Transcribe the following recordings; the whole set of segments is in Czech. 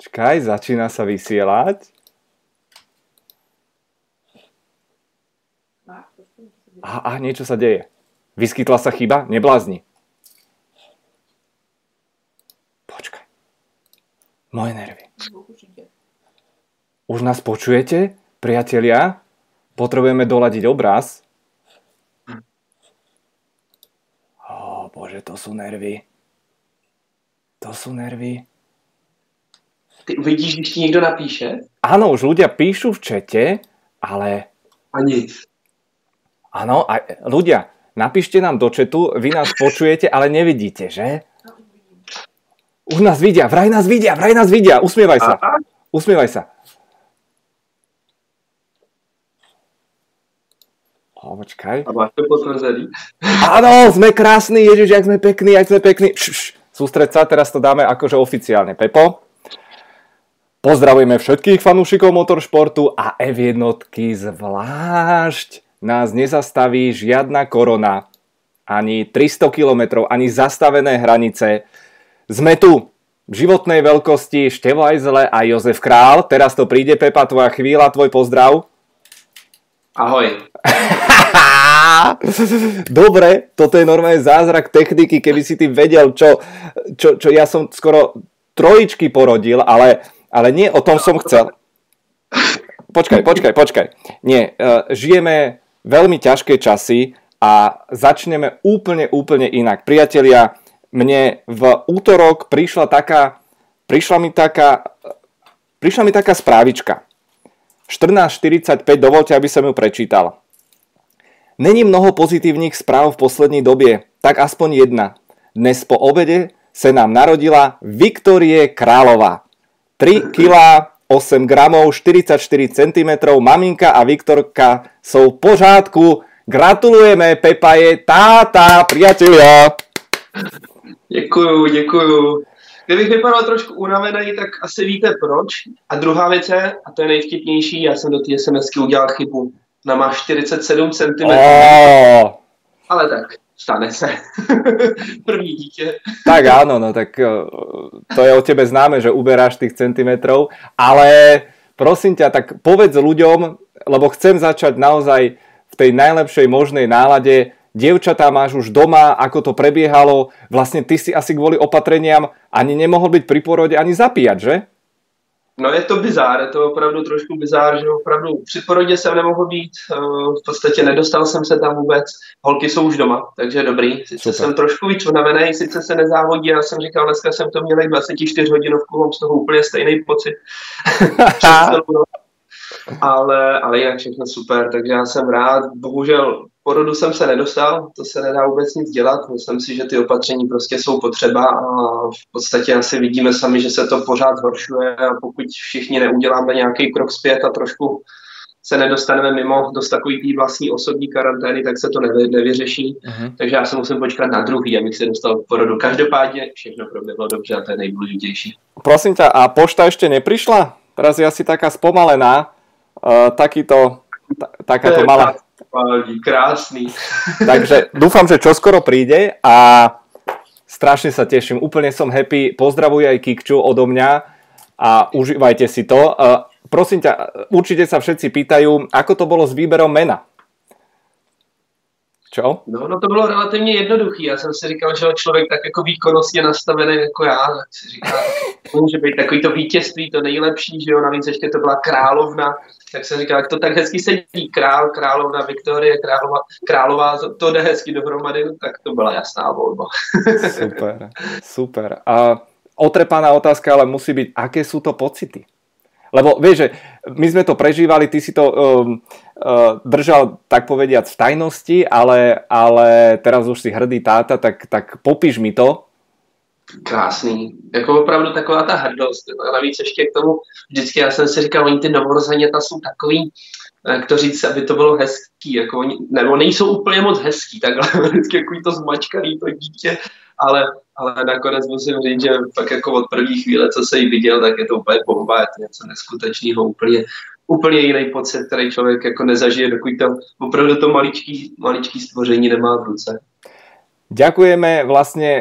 Čakaj, začína sa vysielať. Niečo sa deje. Vyskytla sa chyba? Neblázni. Počkaj. Moje nervy. Už nás počujete, priatelia? Potrebujeme doladiť obraz. Bože, to sú nervy. To sú nervy. Ty uvidíš, když ti niekto napíše? Áno, už ľudia píšu v čete, ale... A nic. Áno, a ľudia, napíšte nám do chatu, vy nás počujete, ale nevidíte, že? Už nás vidia, vraj nás vidia. Usmievaj sa. Usmievaj sa. Počkaj. A máš to potvrzený? Áno, sme krásni, Ježiš, jak sme pekní. Sústreď sa, teraz to dáme akože oficiálne. Pepo, pozdravujeme všetkých fanúšikov motoršportu a F1 zvlášť. Nás nezastaví žiadna korona, ani 300 km, ani zastavené hranice. Sme tu v životnej veľkosti Števo Ajzele a Jozef Král. Teraz to príde, Pepa, tvoja chvíľa, tvoj pozdrav. Ahoj. Dobre, toto je normálne zázrak techniky, keby si ty vedel, čo ja som skoro trojičky porodil, ale nie o tom som chcel. Počkaj. Nie, žijeme veľmi ťažké časy a začneme úplne inak. Priatelia, mne v útorok prišla mi taká správička. 14:45, dovoľte, aby som ju prečítal. Není mnoho pozitívnych správ v poslední době, tak aspoň jedna. Dnes po obede se nám narodila Viktorie Králová. 3 kg, 8 gramov, 44 cm, maminka a Viktorka jsou v pořádku. Gratulujeme, Pepa je táta, priatelia. Děkuju. Kdybych vypadal trošku unavený, tak asi víte proč. A druhá věc je, a to je nejvtipnější, já jsem do té SMSky udělal chybu. Ona má 47 cm. Ale tak, stane se. První dítě. Tak áno, no tak to je o tebe známe, že uberáš tých centimetrov, ale prosím ťa, tak povedz ľuďom, lebo chcem začať naozaj v tej najlepšej možnej nálade. Dievčatá máš už doma, ako to prebiehalo. Vlastne ty si asi kvôli opatreniam ani nemohol byť pri porode ani zapíjať, že? No je to bizár, je to opravdu trošku bizár, že opravdu při porodě jsem nemohl být, v podstatě nedostal jsem se tam vůbec, holky jsou už doma, takže dobrý, sice jsem trošku víc unavený, sice se nezávodí, já jsem říkal, dneska jsem to měl 24 hodinovku, mám z toho úplně stejný pocit, ale jinak všechno super, takže já jsem rád, bohužel porodu jsem se nedostal, to se nedá vůbec nic dělat, myslím si, že ty opatření prostě jsou potřeba a v podstatě asi vidíme sami, že se to pořád zhoršuje a pokud všichni neuděláme nějaký krok zpět a trošku se nedostaneme mimo dost takový tý vlastní osobní karantény, tak se to nevyřeší, takže já se musím počkat na druhý, abych se dostal k porodu. Každopádně všechno proběhlo dobře a to je nejdůležitější. Prosím ťa, a pošta ešte neprišla? Teraz je asi taká spomalená, takáto malá. Krásný. Takže dúfam, že čoskoro príde a strašne sa teším. Úplne som happy. Pozdravuj aj Kikču odo mňa a užívajte si to. Prosím ťa, určite sa všetci pýtajú, ako to bolo s výberom mena. Čo? No to bylo relativně jednoduchý. Já jsem si říkal, že člověk tak jako výkonnostně nastavený jako já, tak si říkal, může být takový to vítězství, to nejlepší, že jo, navíc ještě to byla královna, tak jsem říkal, jak to tak hezky sedí, královna, Viktorie, králová, to jde hezky dohromady, tak to byla jasná volba. Super. A otrepaná otázka, ale musí byť, aké sú to pocity? Lebo vieš, že my sme to prežívali, ty si to držal, tak povediac, v tajnosti, ale teraz už si hrdý táta, tak popíš mi to. Krásný. Jako opravdu taková ta hrdost. A navíc ještě k tomu, vždycky já jsem si říkal, oni ty novorozeněta jsou takový, jak to říct, aby to bylo hezký. Jako oni, nebo nejsou úplně moc hezký, takhle vždycky jako to zmačkaný to dítě, ale nakonec musím říct, že pak jako od první chvíle, co se jí viděl, tak je to úplně bomba, je to něco neskutečného, úplně jiný pocit, který člověk jako nezažije, dokud to opravdu to maličký stvoření nemá v ruce. Ďakujeme, vlastne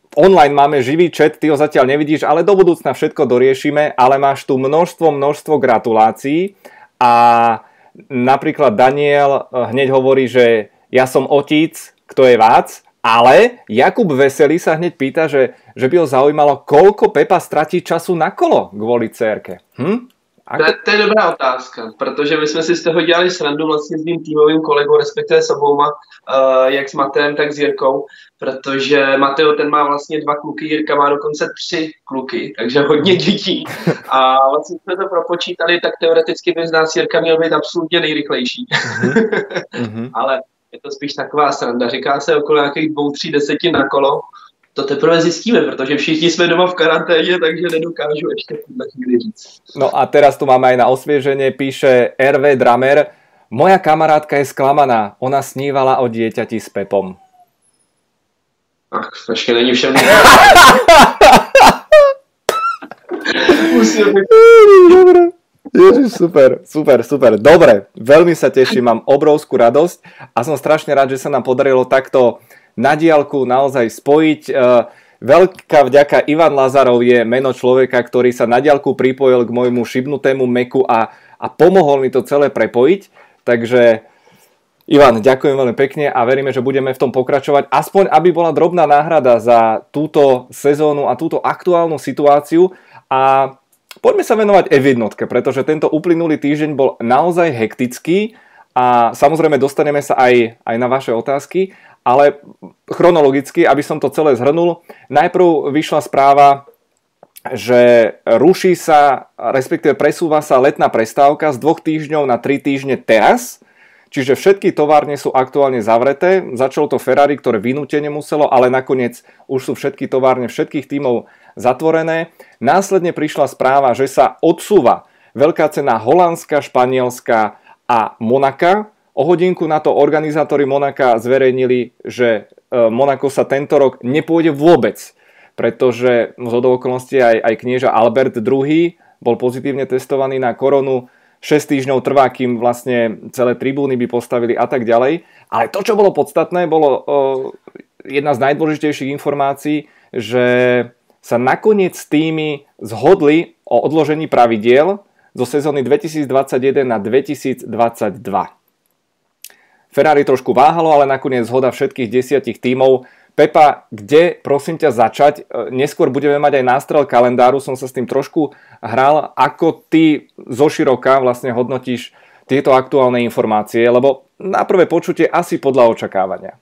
online máme živý chat, ty ho zatiaľ nevidíš, ale do budúcna všetko doriešime, ale máš tu množstvo gratulácií a napríklad Daniel hneď hovorí, že ja som otíc, kto je vác, ale Jakub Veselý sa hneď pýta, že by ho zaujímalo, koľko Pepa stratí času na kolo kvôli dcérke. To je dobrá otázka, protože my jsme si z toho dělali srandu vlastně s mým týmovým kolegou, respektive s obouma, jak s Matejem, tak s Jirkou, protože Mateo ten má vlastně 2 kluky, Jirka má dokonce 3 kluky, takže hodně dětí. A vlastně jsme to propočítali, tak teoreticky by z nás Jirka měl být absolutně nejrychlejší. Ale je to spíš taková sranda. Říká se okolo nějakých 2-3 desetin na kolo. To teprve zjistíme, protože všichni jsme doma v karanténě, takže nedokážu ještě v tuhle chvíli říct. No a teraz tu máme aj na osvieženie, píše RV Dramer. Moja kamarátka je sklamaná, ona snívala o dieťati s Pepom. Ach, ještě není všem. Dobre. Ježiš, super. Dobre, veľmi sa teším, mám obrovskú radosť a som strašne rád, že sa nám podarilo takto na diaľku naozaj spojiť. Veľká vďaka, Ivan Lazarov je meno človeka, ktorý sa na diaľku pripojil k môjmu šibnutému Macu a pomohol mi to celé prepojiť. Takže Ivan, ďakujem veľmi pekne a veríme, že budeme v tom pokračovať. Aspoň, aby bola drobná náhrada za túto sezónu a túto aktuálnu situáciu. A poďme sa venovať F1, pretože tento uplynulý týždeň bol naozaj hektický a samozrejme dostaneme sa aj na vaše otázky. Ale chronologicky, aby som to celé zhrnul, najprv vyšla správa, že ruší sa, respektíve presúva sa letná prestávka z 2 týždňov na 3 týždne teraz, čiže všetky továrne sú aktuálne zavreté. Začalo to Ferrari, ktoré vynútene muselo, ale nakoniec už sú všetky továrne všetkých tímov zatvorené. Následne prišla správa, že sa odsúva veľká cena Holandska, Španielska a Monaka. O hodinku na to organizátori Monaka zverejnili, že Monako sa tento rok nepôjde vôbec, pretože zhodou okolností aj knieža Albert II bol pozitívne testovaný na koronu. 6 týždňov trvá, kým vlastne celé tribúny by postavili a tak ďalej. Ale to, čo bolo podstatné, bolo jedna z najdôležitejších informácií, že sa nakoniec týmy zhodli o odložení pravidiel zo sezóny 2021 na 2022. Ferrari trošku váhalo, ale nakoniec zhoda všetkých 10 tímov. Pepa, kde prosím ťa začať? Neskôr budeme mať aj nástrel kalendáru, som sa s tým trošku hral. Ako ty zoširoka vlastne hodnotíš tieto aktuálne informácie? Lebo na prvé počutie asi podľa očakávania.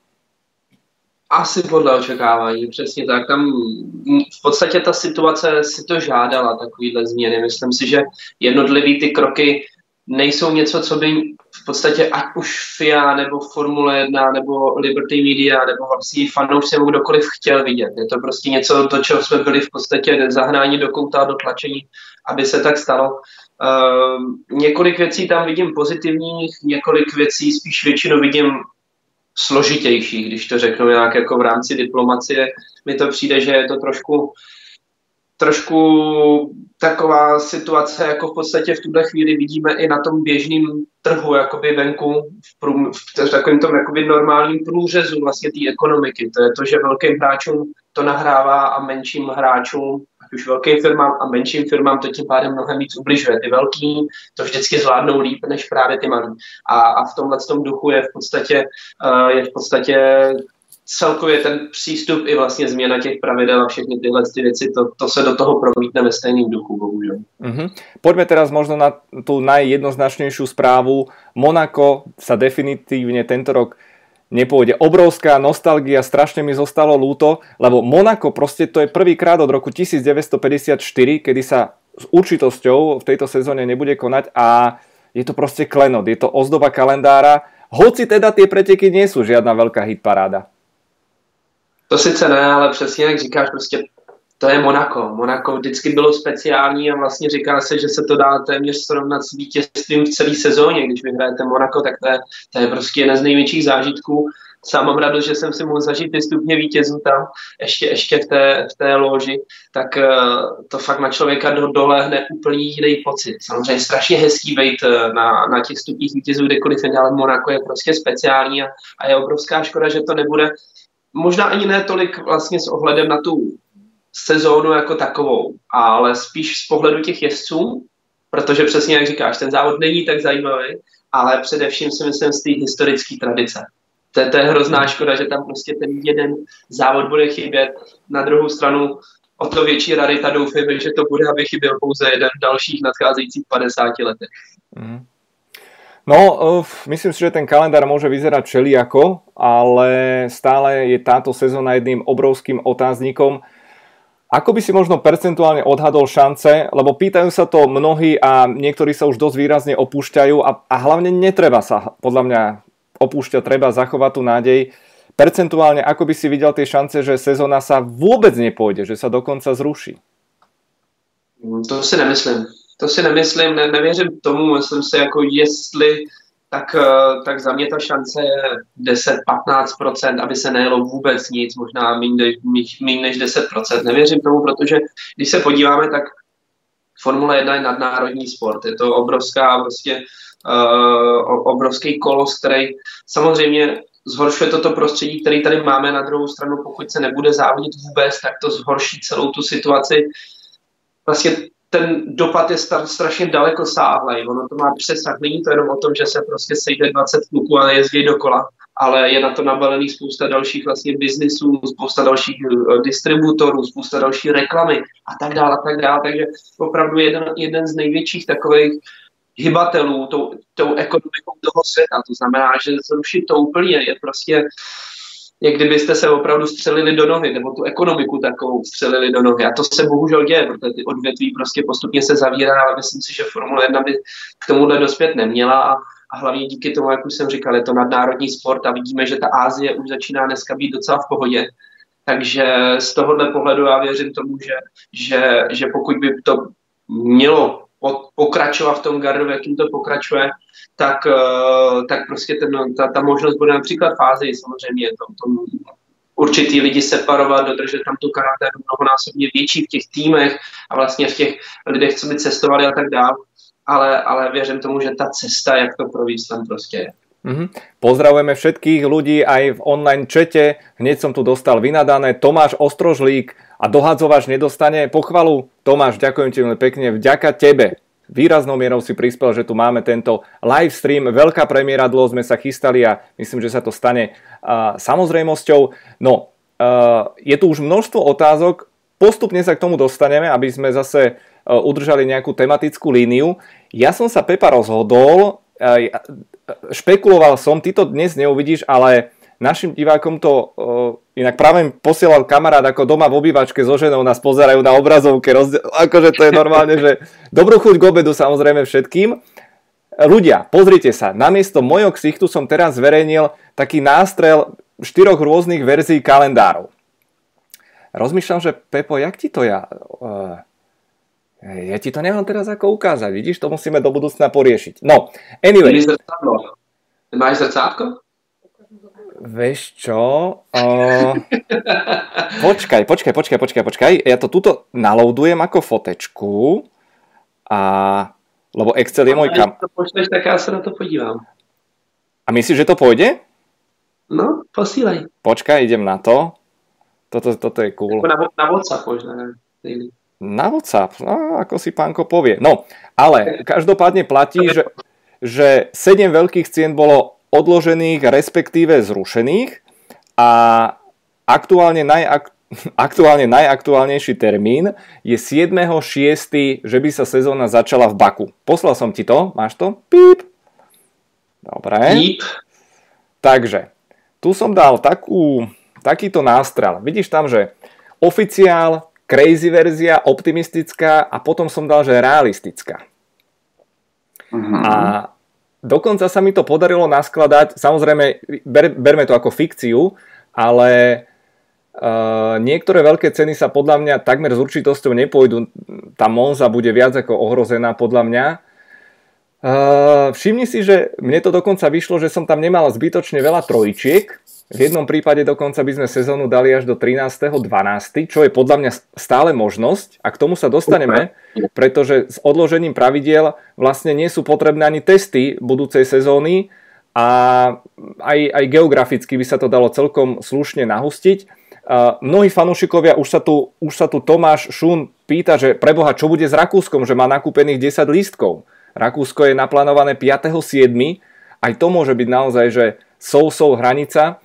Asi podle očekávání, přesně tak. Tam v podstatě ta situace si to žádala, takovýhle změny. Myslím si, že jednotlivý ty kroky nejsou něco, co by v podstatě ať už FIA, nebo Formule 1, nebo Liberty Media, nebo vlastně fanoušci, nebo kdokoliv chtěl vidět. Je to prostě něco, do čeho jsme byli v podstatě zahnáni do kouta, do tlačení, aby se tak stalo. Několik věcí tam vidím pozitivních, několik věcí spíš většinou vidím složitější, když to řeknu nějak jako v rámci diplomacie. Mi to přijde, že je to trošku taková situace, jako v podstatě v tuhle chvíli vidíme i na tom běžném trhu, jakoby venku, v takovém tom jakoby normálním průřezu vlastně té ekonomiky. To je to, že velkým hráčům to nahrává a menším hráčům, ať už velkým firmám a menším firmám, to tím pádem mnohem víc ubližuje. Ty velký to vždycky zvládnou líp, než právě ty malí. A v tomhle duchu je v podstatě celkově ten přístup i vlastně změna těch pravidel a všechny tyhle věci, to se do toho promítne ve stejným duchu, bohužel. Poďme teraz možno na tú najjednoznačnejšiu správu. Monako sa definitívne tento rok nepôjde. Obrovská nostalgia, strašne mi zostalo ľúto, lebo Monako proste to je prvýkrát od roku 1954, kedy sa s určitosťou v tejto sezóne nebude konať a je to proste klenot, je to ozdoba kalendára, hoci teda tie preteky nie sú žiadna veľká hitparáda. To sice ne, ale přesně jak říkáš, prostě to je Monako. Monako vždycky bylo speciální a vlastně říká se, že se to dá téměř srovnat s vítězstvím v celé sezóně. Když vyhrajete Monako, tak to je prostě jeden z největších zážitků. Sám mám radost, že jsem si mohl zažít ty stupně vítězů tam, ještě v té loži, tak to fakt na člověka dolehne úplně jiný pocit. Samozřejmě strašně hezký být na těch stupních vítězů kdekoliv, ale Monako je prostě speciální a je obrovská škoda, že to nebude možná ani ne tolik vlastně s ohledem na tu sezónu jako takovou, ale spíš z pohledu těch jezdců, protože přesně jak říkáš, ten závod není tak zajímavý, ale především si myslím z té historické tradice. To je hrozná škoda, že tam prostě ten jeden závod bude chybět. Na druhou stranu o to větší rarita doufejme, že to bude, aby chyběl pouze jeden v dalších nadcházejících 50 letech. No, myslím si, že ten kalendár môže vyzerať všelijako, ale stále je táto sezóna jedným obrovským otáznikom. Ako by si možno percentuálne odhadol šance, lebo pýtajú sa to mnohí a niektorí sa už dosť výrazne opúšťajú a hlavne netreba sa, podľa mňa, opúšťať, treba zachovať tú nádej. Percentuálne, ako by si videl tie šance, že sezóna sa vôbec nepôjde, že sa dokonca zruší? To si nemyslím. Nevěřím tomu, myslím si, jako jestli, tak za mě ta šance je 10-15%, aby se nejelo vůbec nic, možná méně než 10%. Nevěřím tomu, protože když se podíváme, tak Formule 1 je nadnárodní sport. Je to obrovský kolos, který samozřejmě zhoršuje toto prostředí, který tady máme. Na druhou stranu, pokud se nebude závodit vůbec, tak to zhorší celou tu situaci. Vlastně ten dopad je strašně dalekosáhlej. Ono to má přesah. Není to jenom o tom, že se prostě sejde 20 kluků a jezdí dokola, ale je na to nabalených spousta dalších vlastně biznisů, spousta dalších distributorů, spousta další reklamy a tak dále. Takže opravdu jeden z největších takových hybatelů tou ekonomikou toho světa. To znamená, že zrušit to úplně je prostě, jak kdybyste se opravdu střelili do nohy, nebo tu ekonomiku takovou střelili do nohy. A to se bohužel děje, protože ty odvětví prostě postupně se zavírá, ale myslím si, že Formule 1 by k tomuhle dospět neměla a hlavně díky tomu, jak už jsem říkal, je to nadnárodní sport a vidíme, že ta Asie už začíná dneska být docela v pohodě. Takže z tohohle pohledu já věřím tomu, že pokud by to mělo pokračovat v tom gardu, jakým to pokračuje, tak prostě ta možnost bude například v Ázii samozřejmě určitý lidi separovat, dodržet tam tu karanténu mnohonásobně větší v těch týmech a vlastně v těch lidech, co by cestovali a tak dále. Ale věřím tomu, že ta cesta, jak to províct, tam prostě je. Pozdravujeme všetkých ľudí aj v online čete. Hneď som tu dostal vynadané. Tomáš Ostrožlík a dohadzovač nedostane pochvalu. Tomáš, ďakujem ti veľmi pekne. Vďaka tebe. Výraznou mierou si prispel, že tu máme tento live stream. Veľká premiéra, dlho sme sa chystali a myslím, že sa to stane samozrejmosťou. No, je tu už množstvo otázok. Postupne sa k tomu dostaneme, aby sme zase udržali nejakú tematickú líniu. Ja som sa, Pepa, rozhodol, špekuloval som, ty to dnes neuvidíš, ale našim divákom to inak práve posielal kamarát, ako doma v obývačke so ženou nás pozerajú na obrazovke, akože to je normálne, že dobrú chuť k obedu samozrejme všetkým. Ľudia, pozrite sa, namiesto mojho ksichtu som teraz zverejnil taký nástrel 4 rôznych verzií kalendárov. Rozmýšľam, že Pepo, jak ti to ja ti to nemám teraz ako ukázať, vidíš, to musíme do budúcna poriešiť. No, anyway. Máš zrcátko? Vieš čo? Počkaj. Ja to tuto naloadujem ako fotečku lebo Excel je môj to pošleš, tak ja sa na to podívam. A myslíš, že to pôjde? No, posílaj. Počkaj, idem na to. Toto je cool. Na WhatsApp možno. Na WhatsApp, no, ako si pánko povie. No, ale každopádne platí, že 7 veľkých cien bolo odložených, respektíve zrušených a aktuálne najaktuálnejší termín je 7.6., že by sa sezóna začala v Baku. Poslal som ti to, máš to? Píp. Dobre. Píp. Takže, tu som dal takýto nástrel. Vidíš tam, že oficiál, crazy verzia, optimistická a potom som dal, že realistická. A dokonca sa mi to podarilo naskladať, samozrejme berme to ako fikciu, ale niektoré veľké ceny sa podľa mňa takmer s určitosťou nepôjdu. Tá Monza bude viac ako ohrozená podľa mňa. Všimni si, že mne to dokonca vyšlo, že som tam nemal zbytočne veľa trojičiek. V jednom prípade dokonca by sme sezónu dali až do 13.12., čo je podľa mňa stále možnosť a k tomu sa dostaneme, pretože s odložením pravidiel vlastne nie sú potrebné ani testy budúcej sezóny a aj geograficky by sa to dalo celkom slušne nahustiť. Mnohí fanúšikovia, už sa tu Tomáš Šún pýta, že preboha, čo bude s Rakúskom, že má nakúpených 10 lístkov. Rakúsko je naplánované 5.7. Aj to môže byť naozaj, že hranica.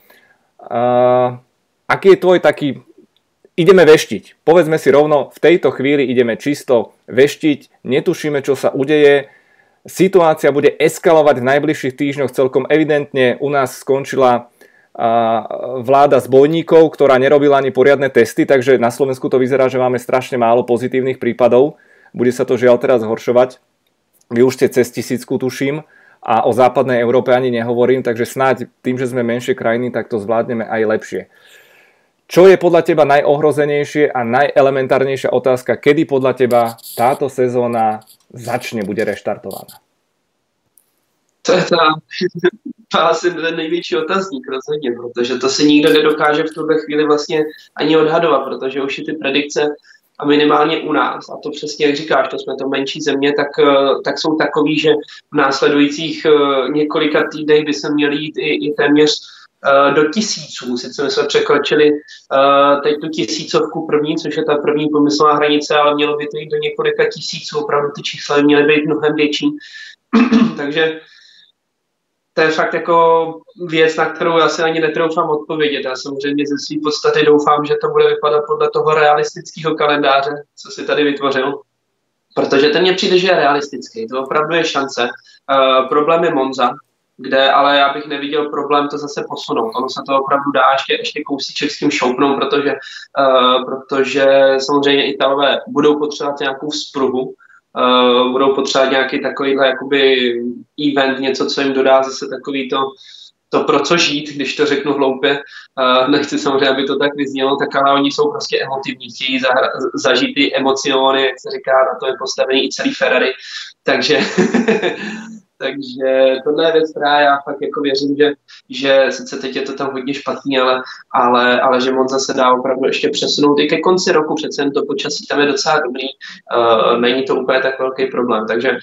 Aký je tvoj taký... Ideme veštiť. Povedzme si rovno, v tejto chvíli ideme čisto veštiť, netušíme, čo sa udeje. Situácia bude eskalovať v najbližších týždňoch celkom evidentne. U nás skončila vláda zbojníkov, ktorá nerobila ani poriadne testy, takže na Slovensku to vyzerá, že máme strašne málo pozitívnych prípadov. Bude sa to žiaľ teraz zhoršovať. Vy už ste cez 1000, tuším, a o západnej Európe ani nehovorím, takže snáď tým, že sme menšie krajiny, tak to zvládneme aj lepšie. Čo je podľa teba najohrozenejšie a najelementárnejšia otázka, kedy podľa teba táto sezóna začne, bude reštartovaná? To je asi ten největší otazník rozhodně, protože to si nikdo nedokáže v tuhle chvíli vlastně ani odhadovat, protože už je ty predikce a minimálně u nás, a to přesně jak říkáš, to jsme to menší země, tak jsou takový, že v následujících několika týdnech by se měli jít i téměř do 1000. Sice my jsme překročili teď tu 1000 první, což je ta první pomyslná hranice, ale mělo by to jít do několika tisíců, opravdu ty čísla měly být mnohem větší. Takže to je fakt jako věc, na kterou já si ani netroufám odpovědět. Já samozřejmě ze své podstaty doufám, že to bude vypadat podle toho realistického kalendáře, co si tady vytvořil. Protože ten mně přijde, že je realistický. To opravdu je šance. Problém je Monza, kde ale já bych neviděl problém to zase posunout. Ono se to opravdu dá ještě kousíček s tím šoupnout, protože samozřejmě Italové budou potřebovat nějakou spruhu, budou potřebovat nějaký takovýhle jakoby event, něco, co jim dodá zase takový to pro co žít, když to řeknu hloupě. Nechci samozřejmě, aby to tak vyznělo, tak ale oni jsou prostě emotivní, chtějí zažít ty emociony, jak se říká, na to je postavený i celý Ferrari. Takže tohle je věc, která já fakt jako věřím, že sice teď je to tam hodně špatný, ale že Monza se dá opravdu ještě přesunout i ke konci roku, přece jen to počasí tam je docela dobrý, není to úplně tak velký problém,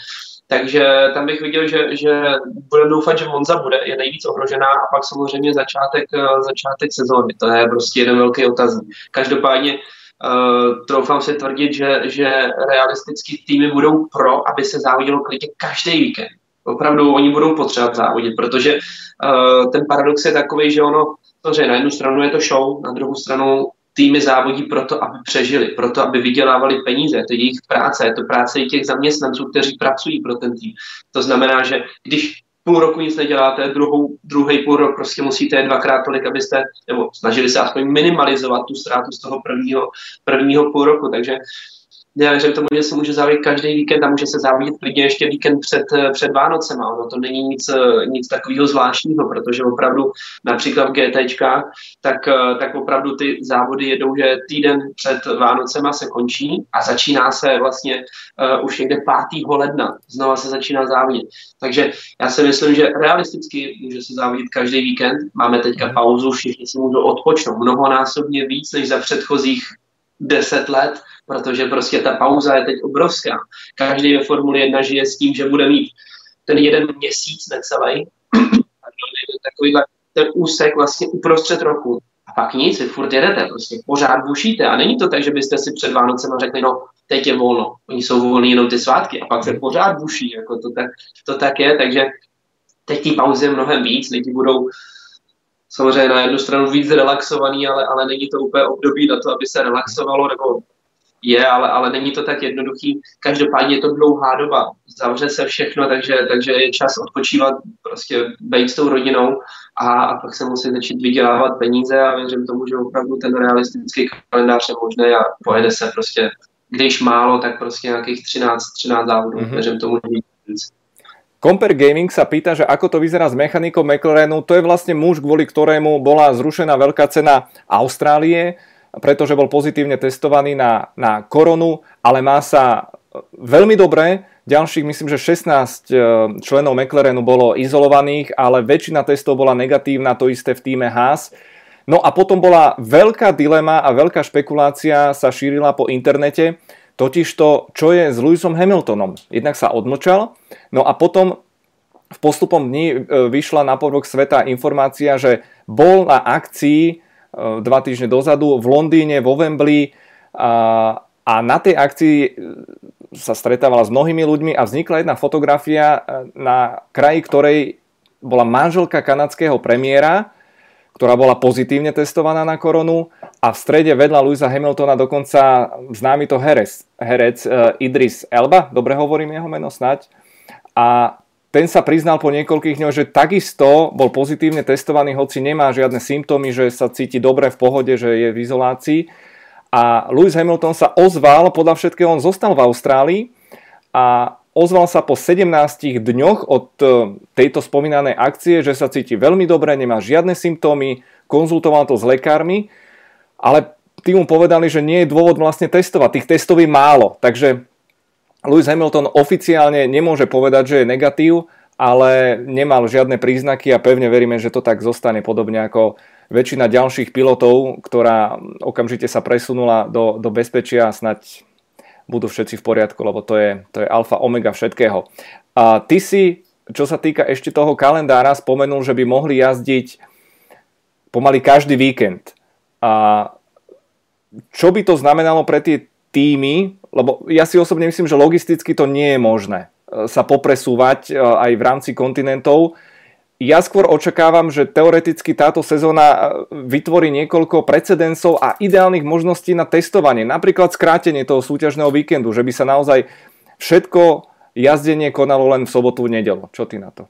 takže tam bych viděl, že budeme doufat, že Monza je nejvíc ohrožená a pak samozřejmě začátek sezóny, to je prostě jeden velký otazník. Každopádně troufám si tvrdit, že realistický týmy budou pro, aby se závodilo klidně každý víkend. Opravdu oni budou potřebovat závodit, protože ten paradox je takový, že ono, na jednu stranu je to show, na druhou stranu týmy závodí proto, aby přežili, proto, aby vydělávali peníze, to je jejich práce, je to práce i těch zaměstnanců, kteří pracují pro ten tým. To znamená, že když půl roku nic neděláte, druhý půl rok prostě musíte dvakrát tolik, abyste, nebo snažili se aspoň minimalizovat tu ztrátu z toho prvního půl roku, takže já věřím tomu, že se může závodit každý víkend a může se závodit klidně ještě víkend před Vánocema. Ono to není nic takového zvláštního, protože opravdu například v GTčkách, tak opravdu ty závody jedou, že týden před Vánocema se končí a začíná se vlastně už někde 5. ledna. Znova se začíná závodit. Takže já si myslím, že realisticky může se závodit každý víkend. Máme teďka pauzu, všichni si můžou odpočnout mnohonásobně víc než za předchozích 10 let, protože prostě ta pauza je teď obrovská. Každý ve Formuli 1 žije s tím, že bude mít ten jeden měsíc necelý, takovýhle ten úsek vlastně uprostřed roku. A pak nic, vy furt jedete, prostě pořád bušíte. A není to tak, že byste si před Vánocema řekli, no, teď je volno. Oni jsou volní jenom ty svátky a pak se pořád buší, jako to tak je, takže teď té pauzy je mnohem víc, lidi budou samozřejmě na jednu stranu víc relaxovaný, ale není to úplně období na to, aby se relaxovalo, nebo ale není to tak jednoduchý. Každopádně je to dlouhá doba. Zavře se všechno, takže je čas odpočívat, prostě být s tou rodinou a pak se musí začít vydělávat peníze a věřím tomu, že opravdu ten realistický kalendář je možný a pojede se prostě, když málo, tak prostě nějakých 13 závodů. Věřím tomu, že víc. Comper Gaming sa pýta, že ako to vyzerá s mechanikom McLarenu. To je vlastne muž, kvôli ktorému bola zrušená veľká cena Austrálie, pretože bol pozitívne testovaný na koronu, ale má sa veľmi dobre. Ďalších, myslím, že 16 členov McLarenu bolo izolovaných, ale väčšina testov bola negatívna, to isté v týme Haas. No a potom bola veľká dilema a veľká špekulácia sa šírila po internete, totiž to, čo je s Lewisom Hamiltonom. Jednak sa odmlčal, no a potom v postupom dní vyšla na povrch sveta informácia, že bol na akcii 2 týždne dozadu v Londýne, vo Wembley a na tej akcii sa stretávala s mnohými ľuďmi a vznikla jedna fotografia na kraji, ktorej bola manželka kanadského premiéra, ktorá bola pozitívne testovaná na koronu a v strede vedľa Lewisa Hamiltona dokonca známy to herec Idris Elba, dobre hovorím jeho meno snáď, a ten sa priznal po niekoľkých dňoch, že takisto bol pozitívne testovaný, hoci nemá žiadne symptómy, že sa cíti dobre v pohode, že je v izolácii. A Lewis Hamilton sa ozval, podľa všetkého on zostal v Austrálii a ozval sa po 17 dňoch od tejto spomínanej akcie, že sa cíti veľmi dobre, nemá žiadne symptómy, konzultoval to s lekármi, ale tí mu povedali, že nie je dôvod vlastne testovať. Tých testov je málo, takže Lewis Hamilton oficiálne nemôže povedať, že je negatív, ale nemal žiadne príznaky a pevne veríme, že to tak zostane podobne ako väčšina ďalších pilotov, ktorá okamžite sa presunula do bezpečia a snať budú všetci v poriadku, lebo to je alfa omega všetkého. A ty si, čo sa týka ešte toho kalendára, spomenul, že by mohli jazdiť pomaly každý víkend. A čo by to znamenalo pre tie týmy, lebo ja si osobne myslím, že logisticky to nie je možné sa popresúvať aj v rámci kontinentov. Ja skôr očakávam, že teoreticky táto sezóna vytvorí niekoľko precedensov a ideálnych možností na testovanie. Napríklad skrátenie toho súťažného víkendu, že by sa naozaj všetko jazdenie konalo len v sobotu, v nedělu. Čo ty na to?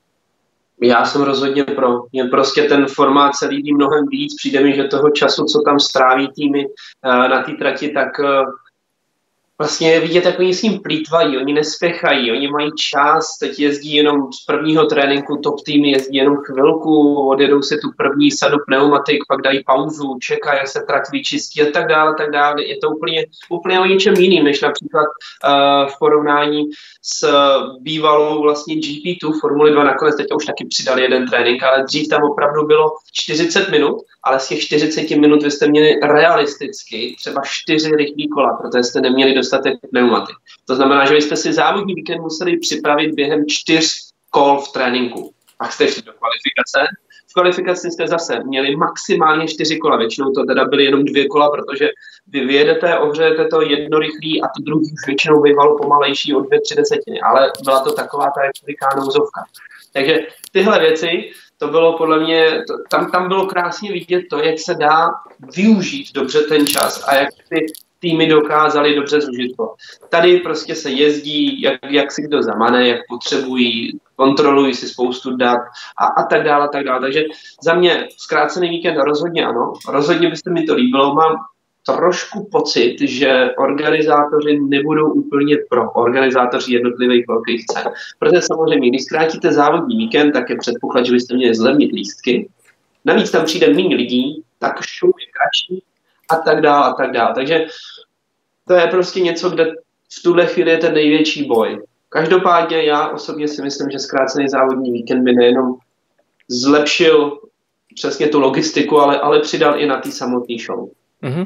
Já jsem rozhodně pro. Mě prostě ten formát se líbí mnohem víc. Přijde mi, že toho času, co tam stráví týmy na té trati, tak vlastně je vidět, jak oni s ním plýtvají, oni nespěchají, oni mají čas, teď jezdí jenom z prvního tréninku, top týmy jezdí jenom chvilku, odjedou si tu první sadu pneumatik, pak dají pauzu, čekají, jak se trať vyčistí a tak dále, tak dále. Je to úplně o něčem jiným, než například v porovnání s bývalou vlastně GP2, Formuli 2 nakonec teď už taky přidali jeden trénink, ale dřív tam opravdu bylo 40 minut, ale z těch 40 minut vy jste měli realisticky třeba 4 rychlý kola, protože jste neměli dostatek pneumatik. To znamená, že vy jste si závodní víkend museli připravit během 4 kol v tréninku. Pak jste šli do kvalifikace. V kvalifikaci jste zase měli maximálně 4 kola, většinou to teda byly jenom 2 kola, protože vy vyjedete, ohřejete to jedno rychlý a to druhý už většinou bývalo pomalejší o 2-3 desetiny, ale byla to taková ta říká nouzovka. Takže tyhle věci, to bylo podle mě, tam bylo krásně vidět to, jak se dá využít dobře ten čas a jak ty týmy dokázali dobře zužitkovat. Tady prostě se jezdí, jak si kdo zamane, jak potřebují, kontrolují si spoustu dat a tak dále, tak dále. Takže za mě zkrácený víkend rozhodně ano, rozhodně byste mi to líbilo. Mám trošku pocit, že organizátoři nebudou úplně pro organizátoři jednotlivých velkých cen. Protože samozřejmě, když zkrátíte závodní víkend, tak je předpoklad, že byste měli zlevnit lístky. Navíc tam přijde méně lidí, tak show je kratší a tak dále, a tak dále. Takže to je prostě něco, kde v tuhle chvíli je ten největší boj. Každopádně já osobně si myslím, že zkrácený závodní víkend by nejenom zlepšil přesně tu logistiku, ale přidal i na té samotné show. Mm-hmm.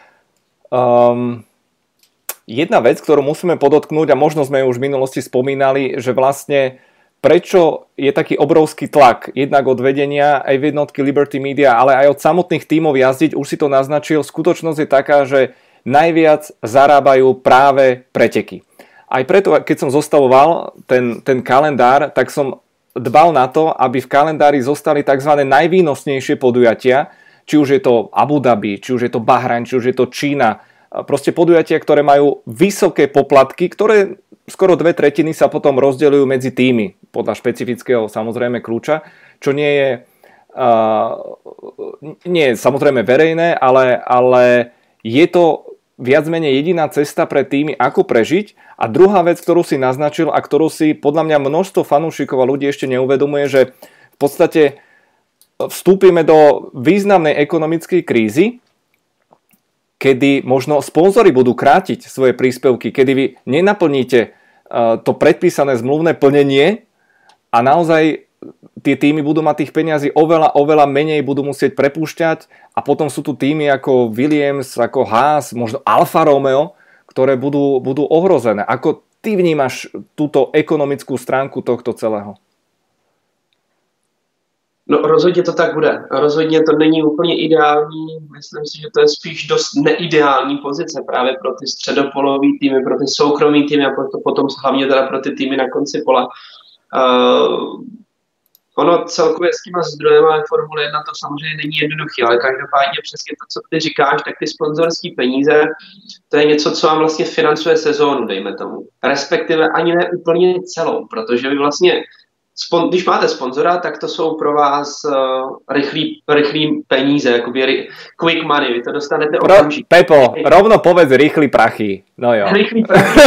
Jedna vec, ktorú musíme podotknúť, a možno sme ju už v minulosti spomínali, že vlastne prečo je taký obrovský tlak jednak od vedenia aj v jednotky Liberty Media, ale aj od samotných tímov jazdiť, už si to naznačil, skutočnosť je taká, že najviac zarábajú práve preteky. Aj preto, keď som zostavoval ten kalendár, tak som dbal na to, aby v kalendári zostali tzv. Najvýnosnejšie podujatia, či už je to Abu Dhabi, či už je to Bahrajn, či už je to Čína. Proste podujatia, ktoré majú vysoké poplatky, ktoré skoro 2/3 sa potom rozdeľujú medzi tými, podľa špecifického samozrejme kľúča, čo nie je samozrejme verejné, ale je to viac menej jediná cesta pre týmy, ako prežiť. A druhá vec, ktorú si naznačil a ktorú si podľa mňa množstvo fanúšikov a ľudí ešte neuvedomuje, že v podstate vstúpime do významnej ekonomickej krízy, kedy možno sponzori budú krátiť svoje príspevky, kedy vy nenaplníte to predpísané zmluvné plnenie a naozaj tie týmy budú mať tých peniazí oveľa menej, budú musieť prepúšťať a potom sú tu týmy ako Williams, ako Haas, možno Alfa Romeo, ktoré budú ohrozené. Ako ty vnímaš túto ekonomickú stránku tohto celého? No rozhodně to tak bude. Rozhodně to není úplně ideální. Myslím si, že to je spíš dost neideální pozice právě pro ty středopolový týmy, pro ty soukromý týmy a potom hlavně teda pro ty týmy na konci pola. Ono celkově s těma zdrojema Formule 1 to samozřejmě není jednoduché, ale každopádně přesně to, co ty říkáš, tak ty sponzorský peníze, to je něco, co vám vlastně financuje sezónu, dejme tomu. Respektive ani ne úplně celou, protože vy vlastně když máte sponzora, tak to jsou pro vás rychlý peníze, jakoby quick money, vy to dostanete okamžitě. Pepo, rovno povedz rychlý prachy. No jo. Rychlý prachy.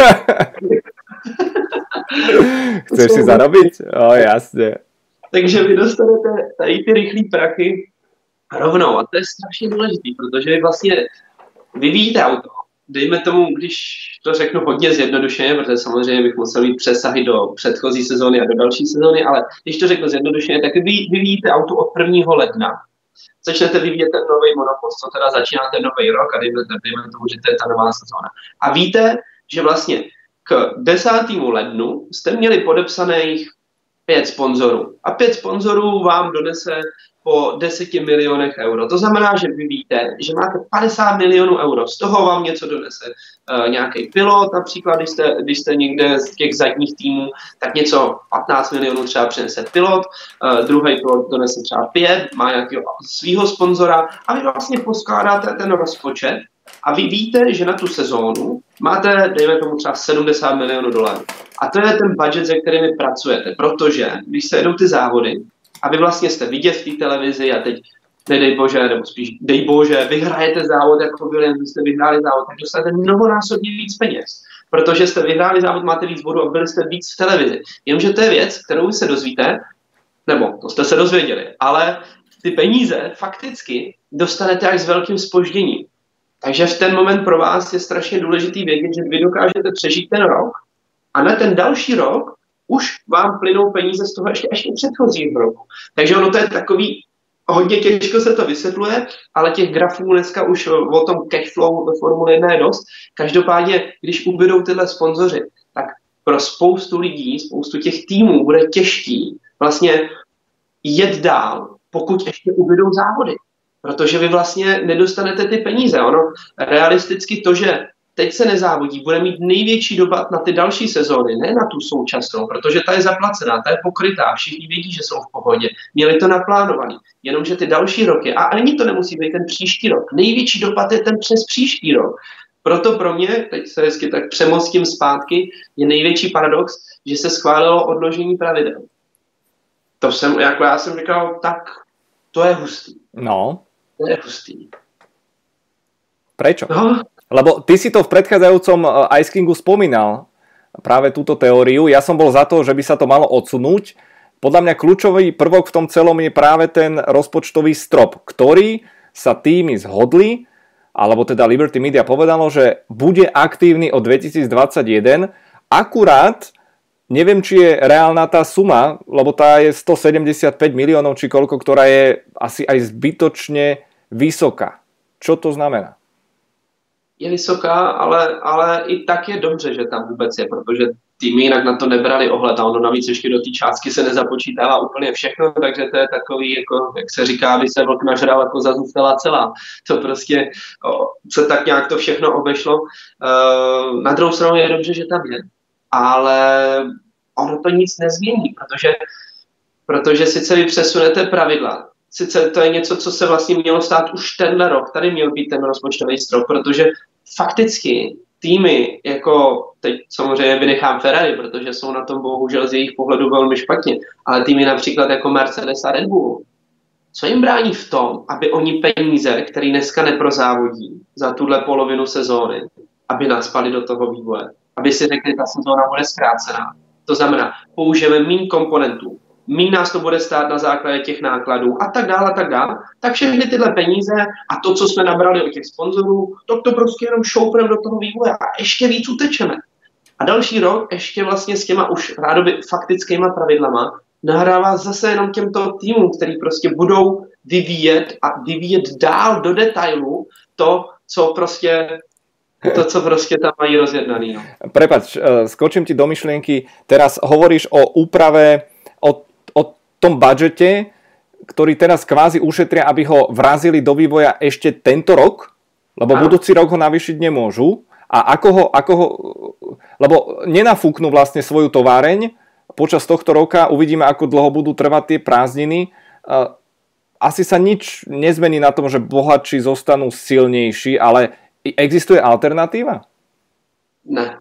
Chceš si zarobiť? O, jasne. Takže vy dostanete tady ty rychlý prachy rovnou a to je strašně důležitý, protože vy vlastně vyvíjíte auto. Dejme tomu, když to řeknu hodně zjednodušeně, protože samozřejmě bych musel mít přesahy do předchozí sezóny a do další sezóny, ale když to řeknu zjednodušeně, tak vy vyvíjíte auto od 1. ledna. Začnete vyvíjet ten nový monopost, co teda začínáte nový rok a dejme tomu, že to je ta nová sezóna. A víte, že vlastně k 10. lednu jste měli podepsaných 5 sponzorů. A 5 sponzorů vám donese po 10 milionech euro. To znamená, že vy víte, že máte 50 milionů euro. Z toho vám něco donese nějaký pilot, například, když jste někde z těch zadních týmů, tak něco 15 milionů třeba přinese pilot, druhý pilot donese třeba 5, má nějakého svého sponzora a vy vlastně poskládáte ten rozpočet a vy víte, že na tu sezónu máte, dejme tomu třeba 70 milionů dolarů. A to je ten budget, se kterými pracujete, protože když se jedou ty závody a vy vlastně jste vidět v té televizi a teď nedej bože, nebo spíš dej bože, vyhrajete závod jako Williams, jste vyhráli závod, tak dostanete mnohonásobně víc peněz. Protože jste vyhráli závod, máte víc bodu a byli jste víc v televizi. Jenomže to je věc, kterou se dozvíte, nebo to jste se dozvěděli, ale ty peníze fakticky dostanete až s velkým zpožděním. Takže v ten moment pro vás je strašně důležitý vědět, že vy dokážete přežít ten rok a na ten další rok už vám plynou peníze z toho ještě předchozího roku. Takže ono to je takový, hodně těžko se to vysvětluje, ale těch grafů dneska už o tom cash flow ve Formule 1 je dost. Každopádně, když ubydou tyhle sponzoři, tak pro spoustu lidí, spoustu těch týmů bude těžký vlastně jet dál, pokud ještě ubydou závody. Protože vy vlastně nedostanete ty peníze. Ono realisticky to, že teď se nezávodí, bude mít největší dopad na ty další sezóny, ne na tu současnou, protože ta je zaplacená, ta je pokrytá, všichni vědí, že jsou v pohodě, měli to naplánovaný, jenomže ty další roky, a ani to nemusí být ten příští rok, největší dopad je ten přes příští rok. Proto pro mě, teď se hezky tak přemostím zpátky, je největší paradox, že se schválilo odložení pravidel. To jsem, jako já jsem říkal, tak to je hustý. No. To je hustý. Prečo? No. Lebo ty si to v predchádzajúcom Ice Kingu spomínal, práve túto teóriu. Ja som bol za to, že by sa to malo odsunúť. Podľa mňa kľúčový prvok v tom celom je práve ten rozpočtový strop, ktorý sa týmy zhodli, alebo teda Liberty Media povedalo, že bude aktívny od 2021. Akurát neviem, či je reálna tá suma, lebo tá je 175 miliónov, či koľko, ktorá je asi aj zbytočne vysoká. Čo to znamená? Je vysoká, ale i tak je dobře, že tam vůbec je, protože týmy jinak na to nebrali ohled a ono navíc ještě do té částky se nezapočítává úplně všechno, takže to je takový, jako, jak se říká, aby se vlk nažral, jako zůstala celá. To prostě se tak nějak to všechno obešlo. Na druhou stranu je dobře, že tam je, ale ono to nic nezmění, protože sice vy přesunete pravidla, sice to je něco, co se vlastně mělo stát už tenhle rok, tady měl být ten rozpočtový strop, protože fakticky týmy, jako teď samozřejmě vynechám Ferrari, protože jsou na tom bohužel z jejich pohledu velmi špatně, ale týmy například jako Mercedes a Red Bull, co jim brání v tom, aby oni peníze, které dneska neprozávodí za tuhle polovinu sezóny, aby naspali do toho vývoje, aby si řekli, ta sezóna bude zkrácená. To znamená, použijeme méně komponentů, míň nás to bude stát na základě těch nákladů a tak dále, tak všechny tyhle peníze a to, co jsme nabrali od těch sponzorů, to prostě jenom šoupneme do toho vývoje a ještě víc utečeme. A další rok ještě vlastně s těma už rádoby faktickýma pravidlama nahrává zase jenom těmto týmům, který prostě budou vyvíjet dál do detailu to, co prostě tam mají rozjednaný. No. Prepáč, skočím ti do myšlienky. Teraz hovoríš o úprave, o tom budžete. ktorí teraz kvázi ušetria, aby ho vrazili do vývoja ešte tento rok, lebo budúci rok ho navýšiť nemôžu. A ako ho, lebo nenafúknú vlastne svoju továreň počas tohto roka, uvidíme, ako dlho budú trvať tie prázdniny. Asi sa nič nezmení na tom, že bohatší zostanú silnejší, ale existuje alternatíva? Ne.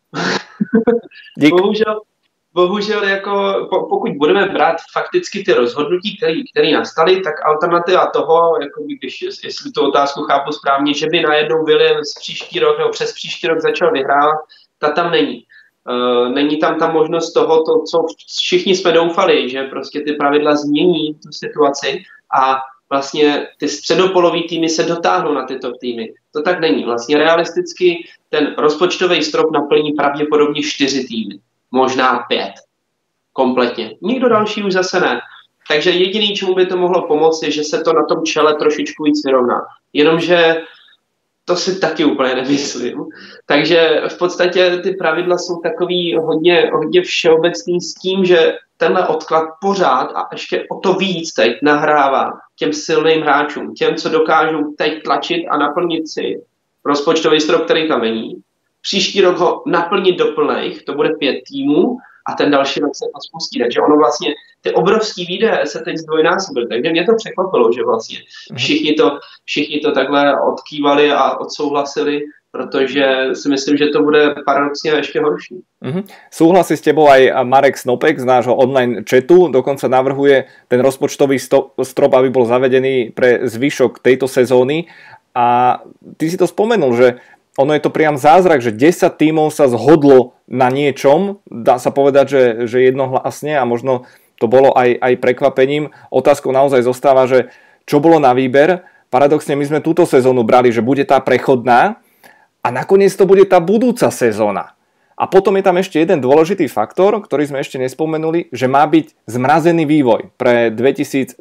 Bohužel jako pokud budeme brát fakticky ty rozhodnutí, které nastaly, tak alternativa toho, jako když, jestli tu otázku chápu správně, že by najednou Williams příští rok nebo přes příští rok začal vyhrávat, ta tam není. Není tam ta možnost toho, co všichni jsme doufali, že prostě ty pravidla změní tu situaci a vlastně ty středopolový týmy se dotáhnou na ty top týmy. To tak není. Vlastně realisticky ten rozpočtový strop naplní pravděpodobně 4 týmy. Možná 5. Kompletně. Nikdo další už zase ne. Takže jediný, čemu by to mohlo pomoct, je, že se to na tom čele trošičku víc vyrovná. Jenomže to si taky úplně nemyslím. Takže v podstatě ty pravidla jsou takový hodně všeobecný s tím, že tenhle odklad pořád a ještě o to víc teď nahrává těm silným hráčům, těm, co dokážou teď tlačit a naplnit si rozpočtový strop, který tam není. Příští rok ho naplnit do plných, to bude 5 týmů a ten další rok se to spustí. Takže ono vlastně, ty obrovský výdaje se teď zdvojnásobily. Takže mě to překvapilo, že vlastně všichni to takhle odkývali a odsouhlasili, protože si myslím, že to bude paradoxně ještě horší. Súhlasí s tebou aj Marek Snopek z nášho online chatu, dokonca navrhuje ten rozpočtový strop, aby bol zavedený pre zvyšok tejto sezóny. A ty si to spomenul, že ono je to priam zázrak, že 10 tímov sa zhodlo na niečom, dá sa povedať, že jednohlasne a možno to bolo aj prekvapením. Otázkou naozaj zostáva, že čo bolo na výber. Paradoxne my sme túto sezónu brali, že bude tá prechodná a nakoniec to bude tá budúca sezóna. A potom je tam ešte jeden dôležitý faktor, ktorý sme ešte nespomenuli, že má byť zmrazený vývoj pre 2021.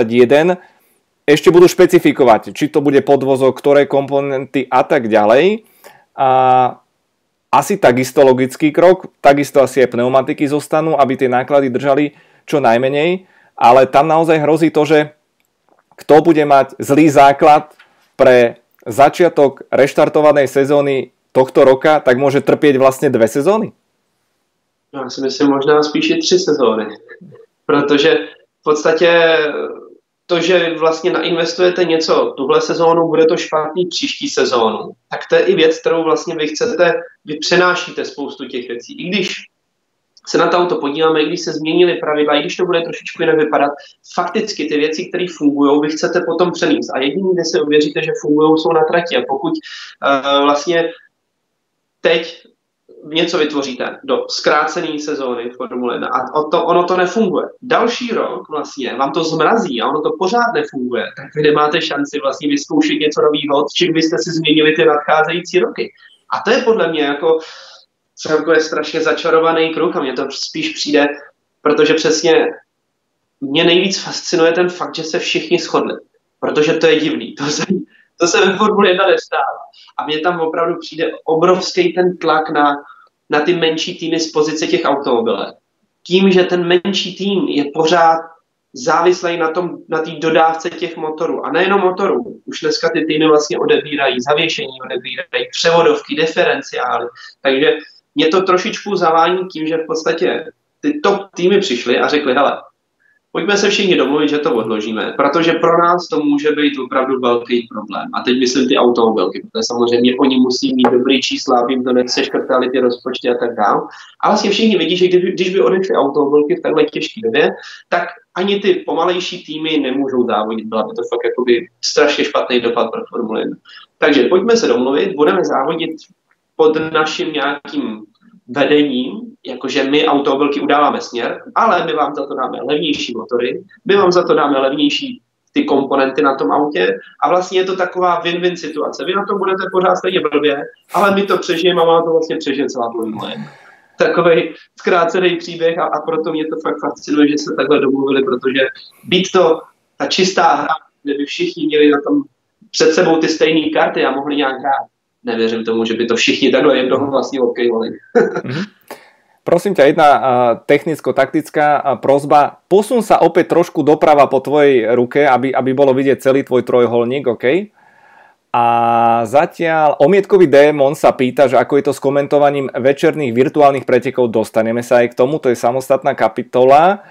Ešte budú špecifikovať, či to bude podvozok, ktoré komponenty a tak ďalej. A asi takisto logický krok, takisto asi aj pneumatiky zostanú, aby tie náklady držali čo najmenej, ale tam naozaj hrozí to, že kto bude mať zlý základ pre začiatok reštartovanej sezóny tohto roka, tak môže trpieť vlastne 2 sezóny? Já si myslím možná spíše 3 sezóny, protože v podstatě to, že vlastně nainvestujete něco tuhle sezónu, bude to špatný příští sezónu, tak to je i věc, kterou vlastně vy přenášíte spoustu těch věcí. I když se na to auto podíváme, i když se změnily pravidla, i když to bude trošičku jinak vypadat, fakticky ty věci, které fungují, vy chcete potom přenést. A jediný, kde se uvěříte, že fungují, jsou na trati. A pokud vlastně teď něco vytvoříte do zkrácené sezóny Formule 1 a ono to nefunguje. Další rok vlastně vám to zmrazí a ono to pořád nefunguje, tak vy nemáte šanci vlastně vyzkoušet něco nového, čím byste si změnili ty nadcházející roky. A to je podle mě jako celkově strašně začarovaný kruh a mně to spíš přijde, protože přesně mě nejvíc fascinuje ten fakt, že se všichni shodli, protože to je divný. To se ve Formule 1 nestává. A mně tam opravdu přijde obrovský ten tlak na ty menší týmy z pozice těch automobilů. Tím, že ten menší tým je pořád závislý na té dodávce těch motorů. A nejenom motorů. Už dneska ty týmy vlastně odebírají zavěšení, odebírají převodovky, diferenciály. Takže mě to trošičku zavání tím, že v podstatě ty top týmy přišly a řekli, hele, pojďme se všichni domluvit, že to odložíme, protože pro nás to může být opravdu velký problém. A teď myslím ty automobilky, protože samozřejmě oni musí mít dobrý čísla, aby jim to neseškrtali ty rozpočty a tak dále. A vlastně všichni vidí, že když by odešly automobilky v takhle těžké době, tak ani ty pomalejší týmy nemůžou závodit. Byla by to fakt jakoby strašně špatný dopad pro Formule 1. Takže pojďme se domluvit, budeme závodit pod naším nějakým vedením, jakože my automobilky udáváme směr, ale my vám za to dáme levnější motory, my vám za to dáme levnější ty komponenty na tom autě a vlastně je to taková win-win situace. Vy na tom budete pořád stejně blbě, ale my to přežijeme a má to vlastně přežije celá Formule 1. Takovej zkrácený příběh a proto mě to fakt fascinuje, že se takhle domluvili, protože být to ta čistá hra, kde by všichni měli na tom před sebou ty stejné karty a mohli nějak hrát. Nevěřím tomu, že by to všichni takhle jednoho vlastně odkejvali. Prosím ťa, jedna technicko-taktická prosba. Posun sa opäť trošku doprava po tvojej ruke, aby bolo vidieť celý tvoj trojuholník, OK? A zatiaľ Omietkový démon sa pýta, že ako je to s komentovaním večerných virtuálnych pretekov. Dostaneme sa aj k tomu, to je samostatná kapitola.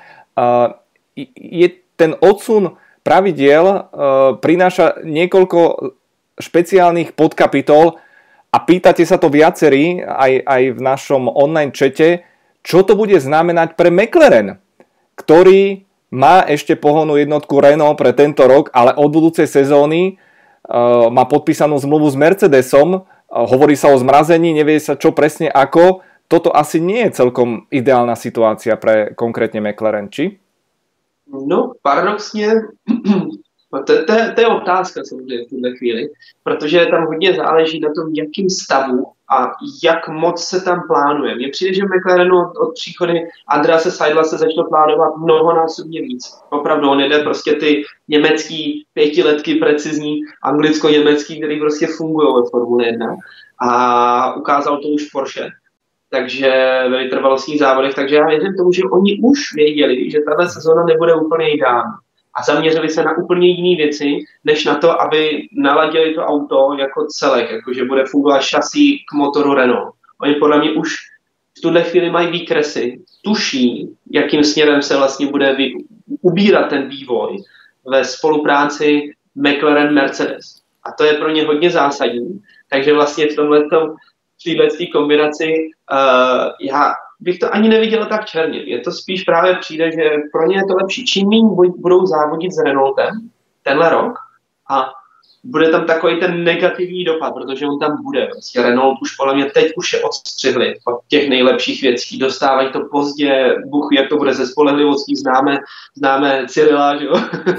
Je ten odsun pravidiel prináša niekoľko špeciálnych podkapitol a pýtate sa to viacerí aj v našom online čete, čo to bude znamenať pre McLaren, ktorý má ešte pohonnú jednotku Renault pre tento rok, ale od budúcej sezóny má podpísanú zmluvu s Mercedesom, hovorí sa o zmrazení, nevie sa čo presne ako. Toto asi nie je celkom ideálna situácia pre konkrétne McLaren, či? No, paradoxně, to je otázka samozřejmě v tuhle chvíli, protože tam hodně záleží na tom, jakým stavu a jak moc se tam plánuje. Mně přijde, že v McLarenu od příchody Andrease Seidla se začalo plánovat mnohonásobně víc. Opravdu, on jde prostě ty německý pětiletky precizní, anglicko-německý, který prostě fungují ve Formule 1 a ukázal to už Porsche. Takže ve vytrvalostních závodech, takže já věřím tomu, že oni už věděli, že tahle sezóna nebude úplně ideální. A zaměřili se na úplně jiné věci, než na to, aby naladili to auto jako celek, jakože bude fungovat šasí k motoru Renault. Oni podle mě už v tuhle chvíli mají výkresy, tuší, jakým směrem se vlastně bude ubírat ten vývoj ve spolupráci McLaren-Mercedes. A to je pro ně hodně zásadní. Takže vlastně v tomhletom této kombinaci já bych to ani neviděl tak černě. Je to spíš právě přijde, že pro ně je to lepší. Čím méně budou závodit s Renaultem tenhle rok a bude tam takový ten negativní dopad, protože on tam bude. Vlastně Renault už podle mě teď už je odstřihli od těch nejlepších věcí. Dostávají to pozdě, Bůh, jak to bude se spolehlivostí, známe Cyrila, že jo?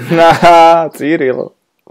Cyril.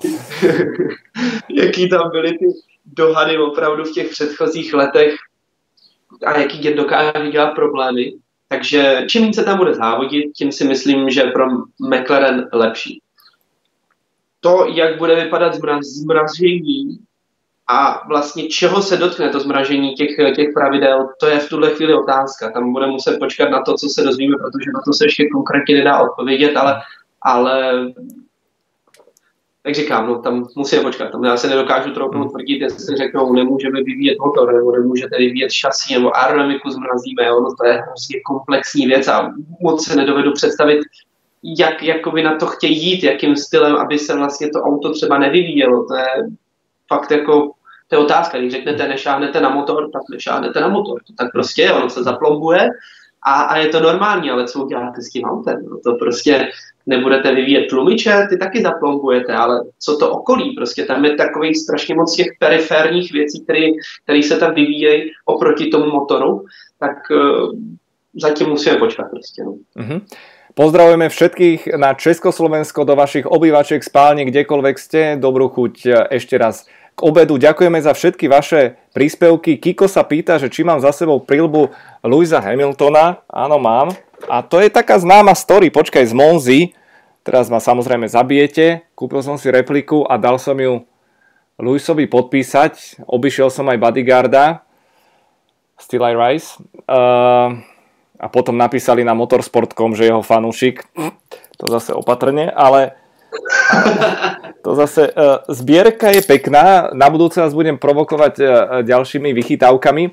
Jaký tam byly ty dohady opravdu v těch předchozích letech a jaký dokáže dělat problémy. Takže čím víc se tam bude závodit, tím si myslím, že pro McLaren lepší. To, jak bude vypadat zmražení a vlastně čeho se dotkne to zmražení těch pravidel, to je v tuhle chvíli otázka. Tam bude muset počkat na to, co se dozvíme, protože na to se ještě konkrétně nedá odpovědět, ale tak říkám, no, tam musíme počkat. Tam já se nedokážu trochu tvrdit, jestli řeknou, nemůžeme vyvíjet motor, nebo nemůžete vyvíjet šasí, nebo aerodynamiku zmrazíme. Ono to je prostě komplexní věc a moc se nedovedu představit, jak jakoby na to chtějí jít, jakým stylem, aby se vlastně to auto třeba nevyvíjelo. To je fakt jako, to je otázka. Když řeknete, nešáhnete na motor, tak nešáhnete na motor. To tak prostě je, ono se zaplombuje a je to normální, ale co uděláte s tím autem? No to prostě nebudete vyvíjet tlumiče, ty taky zaplombujete, ale co to okolí? Prostě tam je takových strašně moc těch periférních věcí, které se tam vyvíjejí oproti tomu motoru, tak zatím musíme počkat prostě. No. Mm-hmm. Pozdravujeme všetkých na Československo, do vašich obývačiek, spálni, kdekoľvek ste. Dobrú chuť ešte raz k obedu. Ďakujeme za všetky vaše príspevky. Kiko sa pýta, že či mám za sebou prilbu Lewisa Hamiltona. Áno, mám. A to je taká známa story, počkaj, z Monzy. Teraz ma samozrejme zabijete. Kúpil som si repliku a dal som ju Lewisovi podpísať. Obišiel som aj bodyguarda. Still I Rise. A potom napísali na motorsport.com, že jeho fanúšik. To zase opatrne, ale to zase zbierka je pekná. Na budúce vás budem provokovať ďalšími vychytávkami.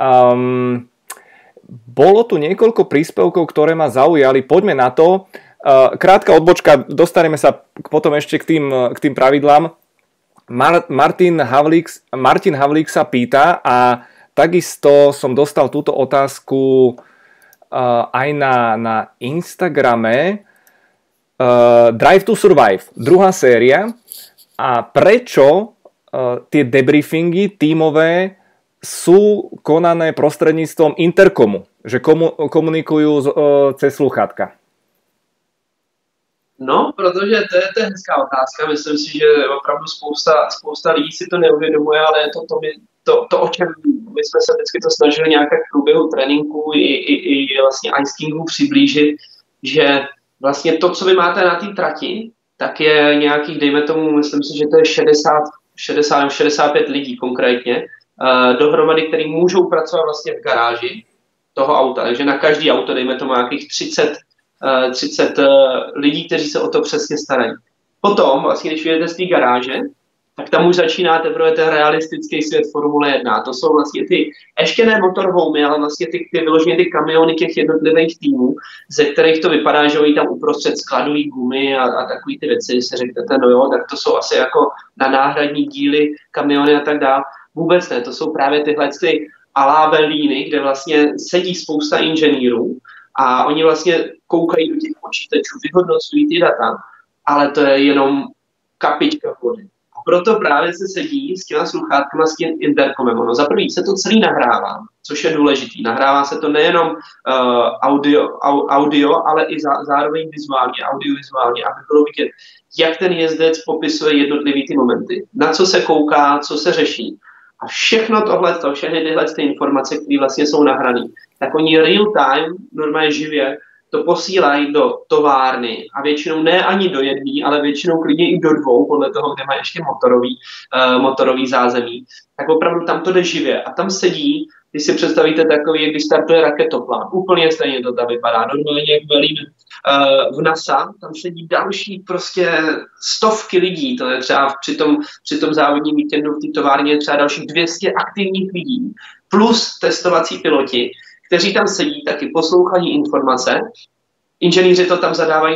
Bolo tu niekoľko príspevkov, ktoré ma zaujali. Poďme na to. Krátka odbočka, dostaneme sa potom ešte k tým pravidlám. Martin Havlík sa pýta a takisto som dostal túto otázku aj na Instagrame. Drive to Survive, druhá séria. A prečo tie debriefingy tímové sú konané prostredníctvom interkomu? Že komunikujú cez sluchátka. No, protože to je hezká otázka. Myslím si, že opravdu spousta lidí si to neuvědomuje, ale je to o čem my jsme se vždycky to snažili nějaké v průběhu tréninku i vlastně ice-kingu přiblížit, že vlastně to, co vy máte na té trati, tak je nějakých, dejme tomu, myslím si, že to je 65 lidí konkrétně, dohromady, který můžou pracovat vlastně v garáži toho auta. Takže na každý auto, dejme tomu nějakých 30 lidí, kteří se o to přesně starají. Potom, vlastně, když vyjedete z té garáže, tak tam už začíná teprve ten realistický svět Formule 1. To jsou vlastně ty, ještě ne motorhomy, ale vlastně vyloženě ty kamiony těch jednotlivých týmů, ze kterých to vypadá, že oni tam uprostřed skladují gumy a takový ty věci, když se řeknete, no jo, tak to jsou asi jako na náhradní díly, kamiony a tak dále. Vůbec ne, to jsou právě tyhle ty alábelíny, kde vlastně sedí spousta inženýrů a oni vlastně koukají do těch počítačů, vyhodnocují ty data, ale to je jenom kapička vody. Proto právě se sedí s těma sluchátkama, s tím interkomem. No, za první se to celý nahrává, což je důležitý. Nahrává se to nejenom audio, ale i zároveň vizuálně, audiovizuálně, aby bylo vidět, jak ten jezdec popisuje jednotlivý ty momenty, na co se kouká, co se řeší. A všechno tohle, všechny tyhle ty informace, které vlastně jsou nahrané, tak oni real time, normálně živě, to posílají do továrny a většinou ne ani do jedné, ale většinou klidně i do dvou, podle toho, kde má ještě motorový zázemí. Tak opravdu tam to jde živě a tam sedí, když si představíte takový, když startuje raketoplán. Úplně stejně to tam vypadá. Normálně jak velíme v NASA, tam sedí další prostě stovky lidí. To je třeba při tom závodním víkendu v té továrně třeba dalších 200 aktivních lidí, plus testovací piloti, kteří tam sedí, taky poslouchají informace. Inženýři to tam zadávají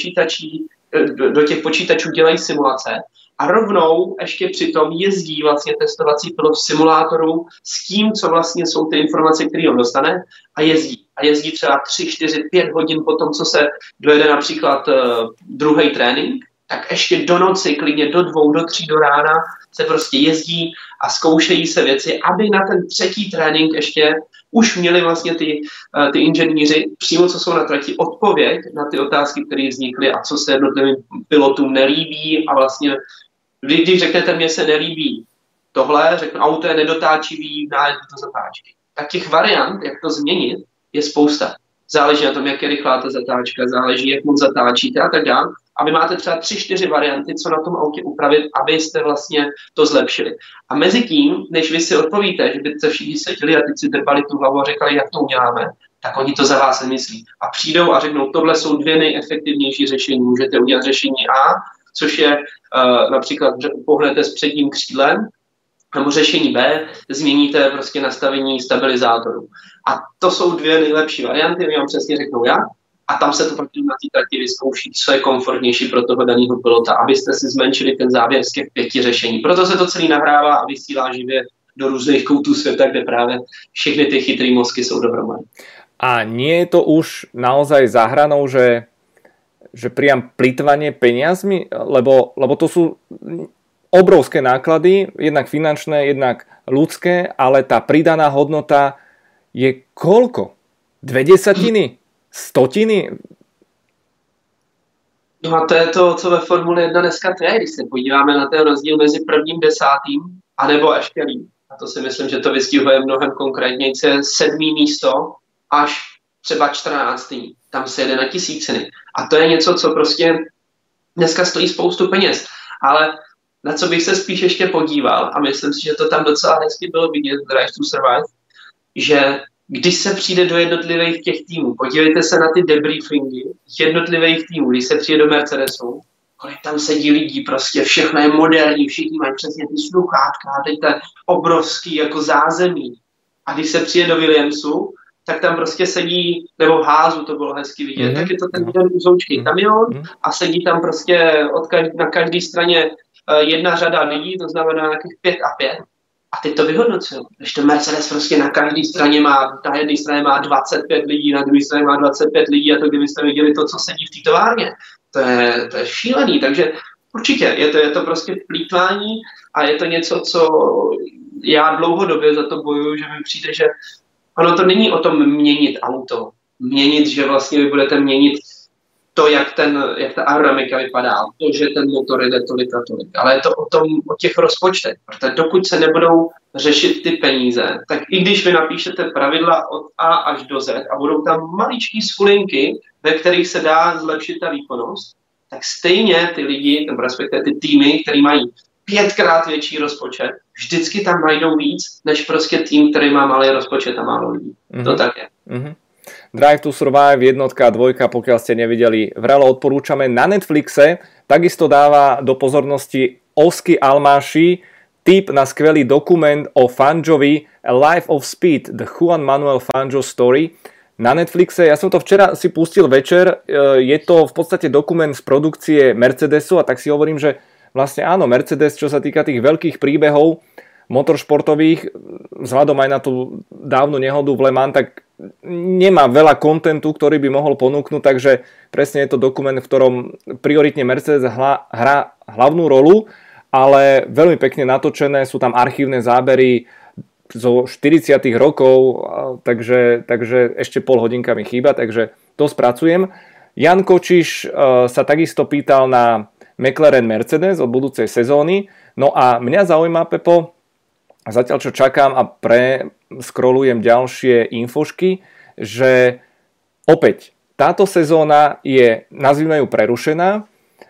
do těch počítačů dělají simulace a rovnou ještě přitom jezdí vlastně testovací pilot v simulátoru s tím, co vlastně jsou ty informace, které on dostane a jezdí. A jezdí třeba 3, 4, 5 hodin po tom, co se dojede například druhý trénink, tak ještě do noci, klidně do 2, do 3 do rána se prostě jezdí a zkoušejí se věci, aby na ten třetí trénink ještě už měli vlastně ty inženýři přímo, co jsou na trati, odpověď na ty otázky, které vznikly a co se jednotlivým pilotům nelíbí a vlastně, když řeknete, mně se nelíbí tohle, řeknu, auto je nedotáčivý, nájezd do zatáčky. Tak těch variant, jak to změnit, je spousta. Záleží na tom, jak je rychlá ta zatáčka, záleží, jak moc zatáčíte a tak dále. A vy máte třeba 3-4 varianty, co na tom autě upravit, abyste vlastně to zlepšili. A mezi tím, než vy si odpovíte, že by se všichni seděli a teď si drbali tu hlavu a řekli, jak to uděláme, tak oni to za vás nemyslí. A přijdou a řeknou, tohle jsou 2 nejefektivnější řešení. Můžete udělat řešení A, což je například pohnete s předním křídlem, nebo řešení B, změníte prostě nastavení stabilizátoru. A to jsou 2 nejlepší varianty, oni vám přesně řeknou jak. A tam se to pak na té trati vyzkouší, co je komfortnější pro toho daného pilota, abyste si zmenšili ten závěr z těch 5 řešení. Proto se to celý nahrává a vysílá živě do různých koutů světa, kde právě všechny ty chytrý mozky jsou dohromady. A nie je to už naozaj za hranou, že priam plytvanie peniazmi, lebo to sú obrovské náklady, jednak finančné, jednak ľudské, ale tá pridaná hodnota je koľko? 0,2? 100? No a to je to, co ve Formule 1 dneska je, když se podíváme na ten rozdíl mezi 1., 10. anebo ještě líp. A to si myslím, že to vystihuje mnohem konkrétně, 7. místo až třeba 14. Tam se jede na tisíciny. A to je něco, co prostě dneska stojí spoustu peněz. Ale na co bych se spíš ještě podíval, a myslím si, že to tam docela hezky bylo vidět v Drive to Survive, že když se přijde do jednotlivých těch týmů, podívejte se na ty debriefingy jednotlivých týmů, když se přijde do Mercedesu, kolik tam sedí lidí, prostě všechno je moderní, všichni mají přesně ty sluchátka, teď to je obrovský jako zázemí. A když se přijde do Williamsu, tak tam prostě sedí, nebo v Házu to bylo hezky vidět, tak je to ten jeden uzoučký kamion a sedí tam prostě na každé straně jedna řada lidí, to znamená nějakých 5 a 5. A teď to vyhodnocují. Když to Mercedes prostě na každé straně má, na jedné straně má 25 lidí, na druhé straně má 25 lidí a to kdybyste viděli to, co sedí v té továrně. To je šílený, takže určitě je to prostě plýtvání a je to něco, co já dlouhodobě za to bojuju, že mi přijde, že ono to není o tom měnit auto. Měnit, že vlastně vy budete měnit to, jak ta aerodynamika vypadá, to, že ten motor jde tolik a tolik. Ale je to o těch rozpočtech. Protože dokud se nebudou řešit ty peníze, tak i když vy napíšete pravidla od A až do Z a budou tam maličký skulinky, ve kterých se dá zlepšit ta výkonnost, tak stejně ty lidi, nebo respektive ty týmy, který mají 5krát větší rozpočet, vždycky tam najdou víc, než prostě tým, který má malý rozpočet a málo lidí. To tak je. Drive to Survive, 1 a 2, pokiaľ ste nevideli, vrelo odporúčame. Na Netflixe takisto dáva do pozornosti Oski Almáši tip na skvelý dokument o Fangiovi, A Life of Speed, The Juan Manuel Fangio Story. Na Netflixe, ja som to včera si pustil večer, je to v podstate dokument z produkcie Mercedesu a tak si hovorím, že vlastne áno, Mercedes, čo sa týka tých veľkých príbehov motoršportových, vzhľadom aj na tú dávnu nehodu v Le Mans, tak nemá veľa kontentu, ktorý by mohol ponúknuť, takže presne je to dokument, v ktorom prioritne Mercedes hrá hlavnú rolu, ale veľmi pekne natočené, sú tam archívne zábery zo 40 rokov, takže ešte pol hodinka mi chýba, takže to spracujem. Jan Kočiš sa takisto pýtal na McLaren Mercedes od budúcej sezóny, no a mňa zaujíma, Pepo, zatiaľ čo čakám a scrollujem ďalšie infošky, že opäť táto sezóna je, nazvime ju, prerušená,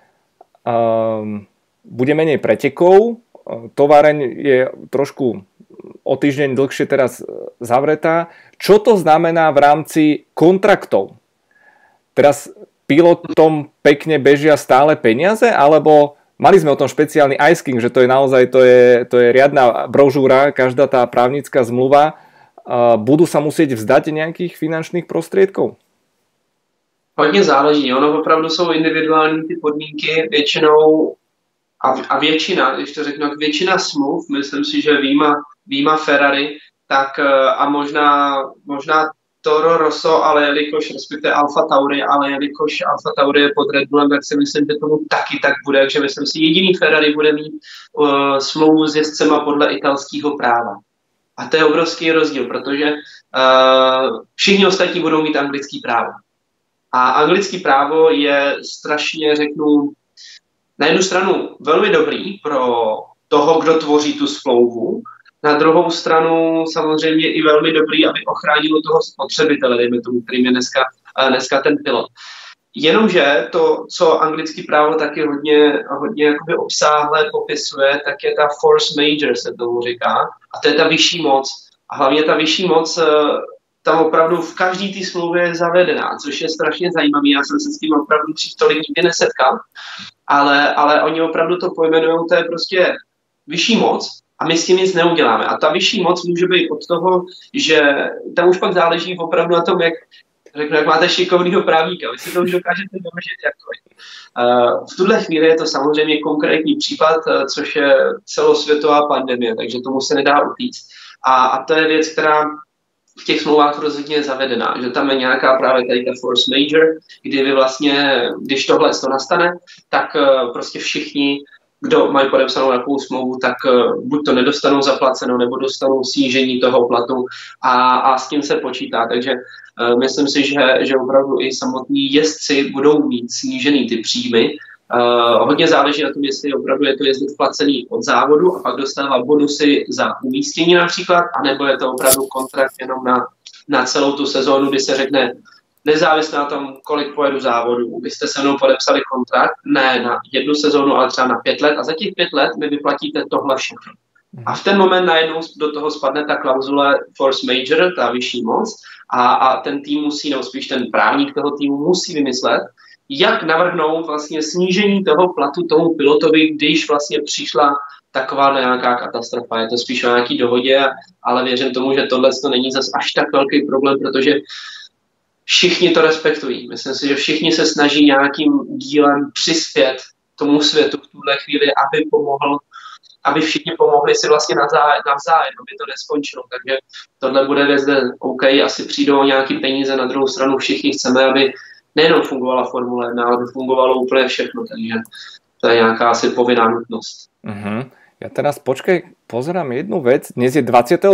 bude menej pretekov, továreň je trošku o týždeň dlhšie teraz zavretá. Čo to znamená v rámci kontraktov? Teraz pilotom pekne bežia stále peniaze, alebo mali sme o tom špeciálny Ice King, že to je naozaj to je riadna brožúra, každá tá právnická zmluva. Budú sa musieť vzdať nejakých finančných prostriedkov? Hodně záleží. Ono opravdu jsou individuální ty podmínky většinou a většina, když to řeknu, většina smluv, myslím si, že výjima Ferrari, tak a možná Toro Rosso, ale jelikož respektive Alfa Tauri, ale jelikož Alfa Tauri je pod Red Bullem, tak si myslím, že tomu taky tak bude. Takže myslím si, jediný Ferrari bude mít smlouvu s jezdcema podle italského práva. A to je obrovský rozdíl, protože všichni ostatní budou mít anglický právo. A anglický právo je strašně, řeknu, na jednu stranu velmi dobrý pro toho, kdo tvoří tu smlouvu, na druhou stranu samozřejmě i velmi dobrý, aby ochránilo toho spotřebitele, dejme tomu, kterým je dneska ten pilot. Jenomže to, co anglické právo taky hodně jakoby obsáhle popisuje, tak je ta force major, se tomu říká, a to je ta vyšší moc. A hlavně ta vyšší moc tam opravdu v každý té smlouvě je zavedená, což je strašně zajímavé. Já jsem se s tím opravdu tolik nikdy nesetkal, ale oni opravdu to pojmenují, to je prostě vyšší moc a my s tím nic neuděláme. A ta vyšší moc může být od toho, že tam už pak záleží opravdu na tom, jak máte šikovného právníka. Vy si to už dokážete doložit jakkoliv. V tuhle chvíli je to samozřejmě konkrétní případ, což je celosvětová pandemie, takže tomu se nedá utíct. A to je věc, která v těch smlouvách rozhodně je zavedená, že tam je nějaká právě tady ta force major, kdy vy vlastně, když tohle to nastane, tak prostě všichni, kdo mají podepsanou nějakou smlouvu, tak buď to nedostanou zaplaceno, nebo dostanou snížení toho platu a s tím se počítá. Takže myslím si, že opravdu i samotní jezdci budou mít snížený ty příjmy. Hodně záleží na tom, jestli opravdu je to jezdec placený od závodu a pak dostává bonusy za umístění například, anebo je to opravdu kontrakt jenom na celou tu sezónu, kdy se řekne, nezávisle na tom, kolik pojedu závodů, byste se mnou podepsali kontrakt, ne na 1 sezónu, ale třeba na 5 let a za těch 5 let mi vyplatíte tohle všechno. A v ten moment najednou do toho spadne ta klauzule force major, ta vyšší moc, a ten tým musí, nebo spíš ten právník toho týmu musí vymyslet, jak navrhnout vlastně snížení toho platu tomu pilotovi, když vlastně přišla taková nějaká katastrofa. Je to spíš o nějaký dohodě, ale věřím tomu, že tohle to není zas až tak velký problém, protože všichni to respektují. Myslím si, že všichni se snaží nějakým dílem přispět tomu světu v tuhle chvíli, aby všichni pomohli si vlastně navzájem, aby to neskončilo. Takže tohle bude věc, kde OK, asi přijdou nějaký peníze, na druhou stranu všichni chceme, aby nejenom fungovala Formule 1, ale aby fungovalo úplně všechno, takže to je nějaká asi povinná nutnost. Ja teraz, počkaj, pozerám jednu vec. Dnes je 22.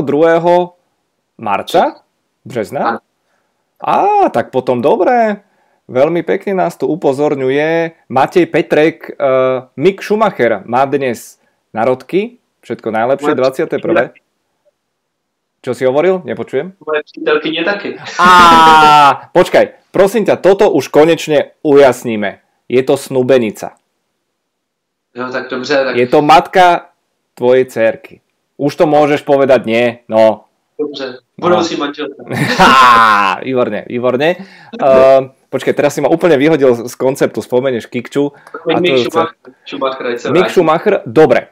marca? Března? Tak potom dobré. Veľmi pekne nás tu upozorňuje Matej Petrek. Mick Schumacher má dnes narodky. Všetko najlepšie, 21. Čo si hovoril? Nepočujem. Moje přítelkyně taky. Počkaj, prosím ťa, toto už konečne ujasníme. Je to snúbenica. No tak dobře. Tak... Je to matka tvojej dcerky. Už to môžeš povedať, nie? No. Dobře, budoucí manželka. Výborne. Počkaj, teraz si ma úplne vyhodil z konceptu, spomenieš Kikču. Mick Schumacher, dobre.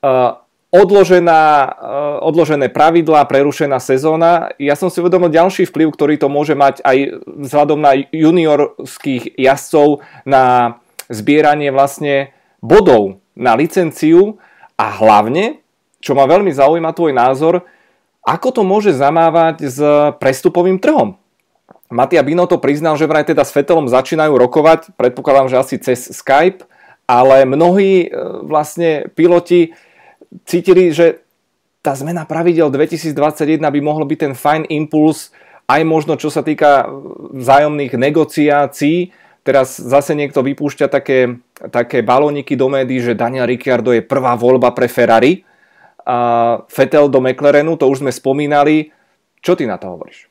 Odložené pravidlá, prerušená sezóna. Ja som si uvedomil ďalší vplyv, ktorý to môže mať aj vzhľadom na juniorských jazdcov na zbieranie vlastne bodov na licenciu a hlavne, čo ma veľmi zaujíma tvoj názor, ako to môže zamávať s prestupovým trhom. Mattia Binotto priznal, že vraj teda s Vettelom začínajú rokovať, predpokladám, že asi cez Skype, ale mnohí vlastne piloti cítili, že tá zmena pravidel 2021 by mohol byť ten fajn impuls, aj možno čo sa týka vzájomných negociácií. Teraz zase niekto vypúšťa také balóniky do médií, že Daniel Ricciardo je prvá voľba pre Ferrari a Vettel do McLarenu, to už sme spomínali. Čo ty na to hovoríš?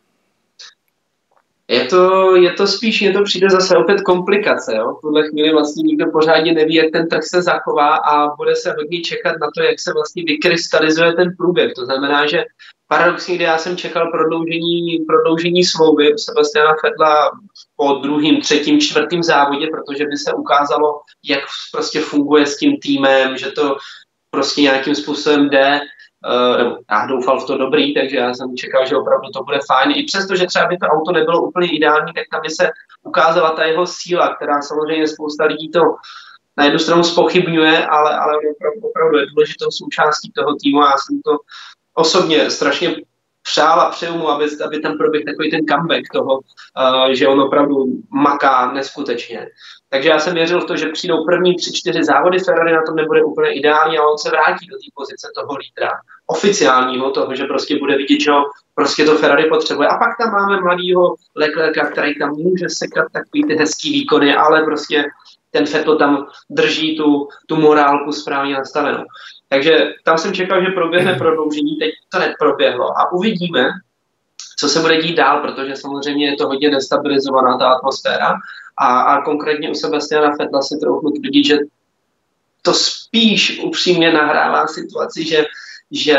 Je to spíš, mně to přijde zase opět komplikace. Jo? V tuhle chvíli vlastně nikdo pořádně neví, jak ten trh se zachová a bude se hodně čekat na to, jak se vlastně vykrystalizuje ten průběh. To znamená, že paradoxně, kdy já jsem čekal prodloužení smlouvy Sebastiana Vettela po druhým, třetím, čtvrtým závodě, protože by se ukázalo, jak prostě funguje s tím týmem, že to prostě nějakým způsobem jde. Já doufal v to dobrý, takže já jsem čekal, že opravdu to bude fajn. I přesto, že třeba by to auto nebylo úplně ideální, tak tam by se ukázala ta jeho síla, která samozřejmě spousta lidí to na jednu stranu zpochybňuje, ale opravdu je důležitou součástí toho týmu a já jsem to osobně strašně přál a přeju mu, aby tam proběhl takový ten comeback toho, že on opravdu maká neskutečně. Takže já jsem věřil v to, že přijdou první 3-4 závody, Ferrari na tom nebude úplně ideální a on se vrátí do té pozice toho lídra, oficiálního toho, že prostě bude vidět, že prostě to Ferrari potřebuje. A pak tam máme mladýho Leclerca, který tam může sekat takový ty hezký výkony, ale prostě ten Vettel tam drží tu morálku správně nastavenou. Takže tam jsem čekal, že proběhne prodloužení, teď to neproběhlo a uvidíme, co se bude dít dál, protože samozřejmě je to hodně destabilizovaná ta atmosféra a konkrétně u Sebastiana Vettela si trochu tvrdit, že to spíš upřímně nahrává situaci, že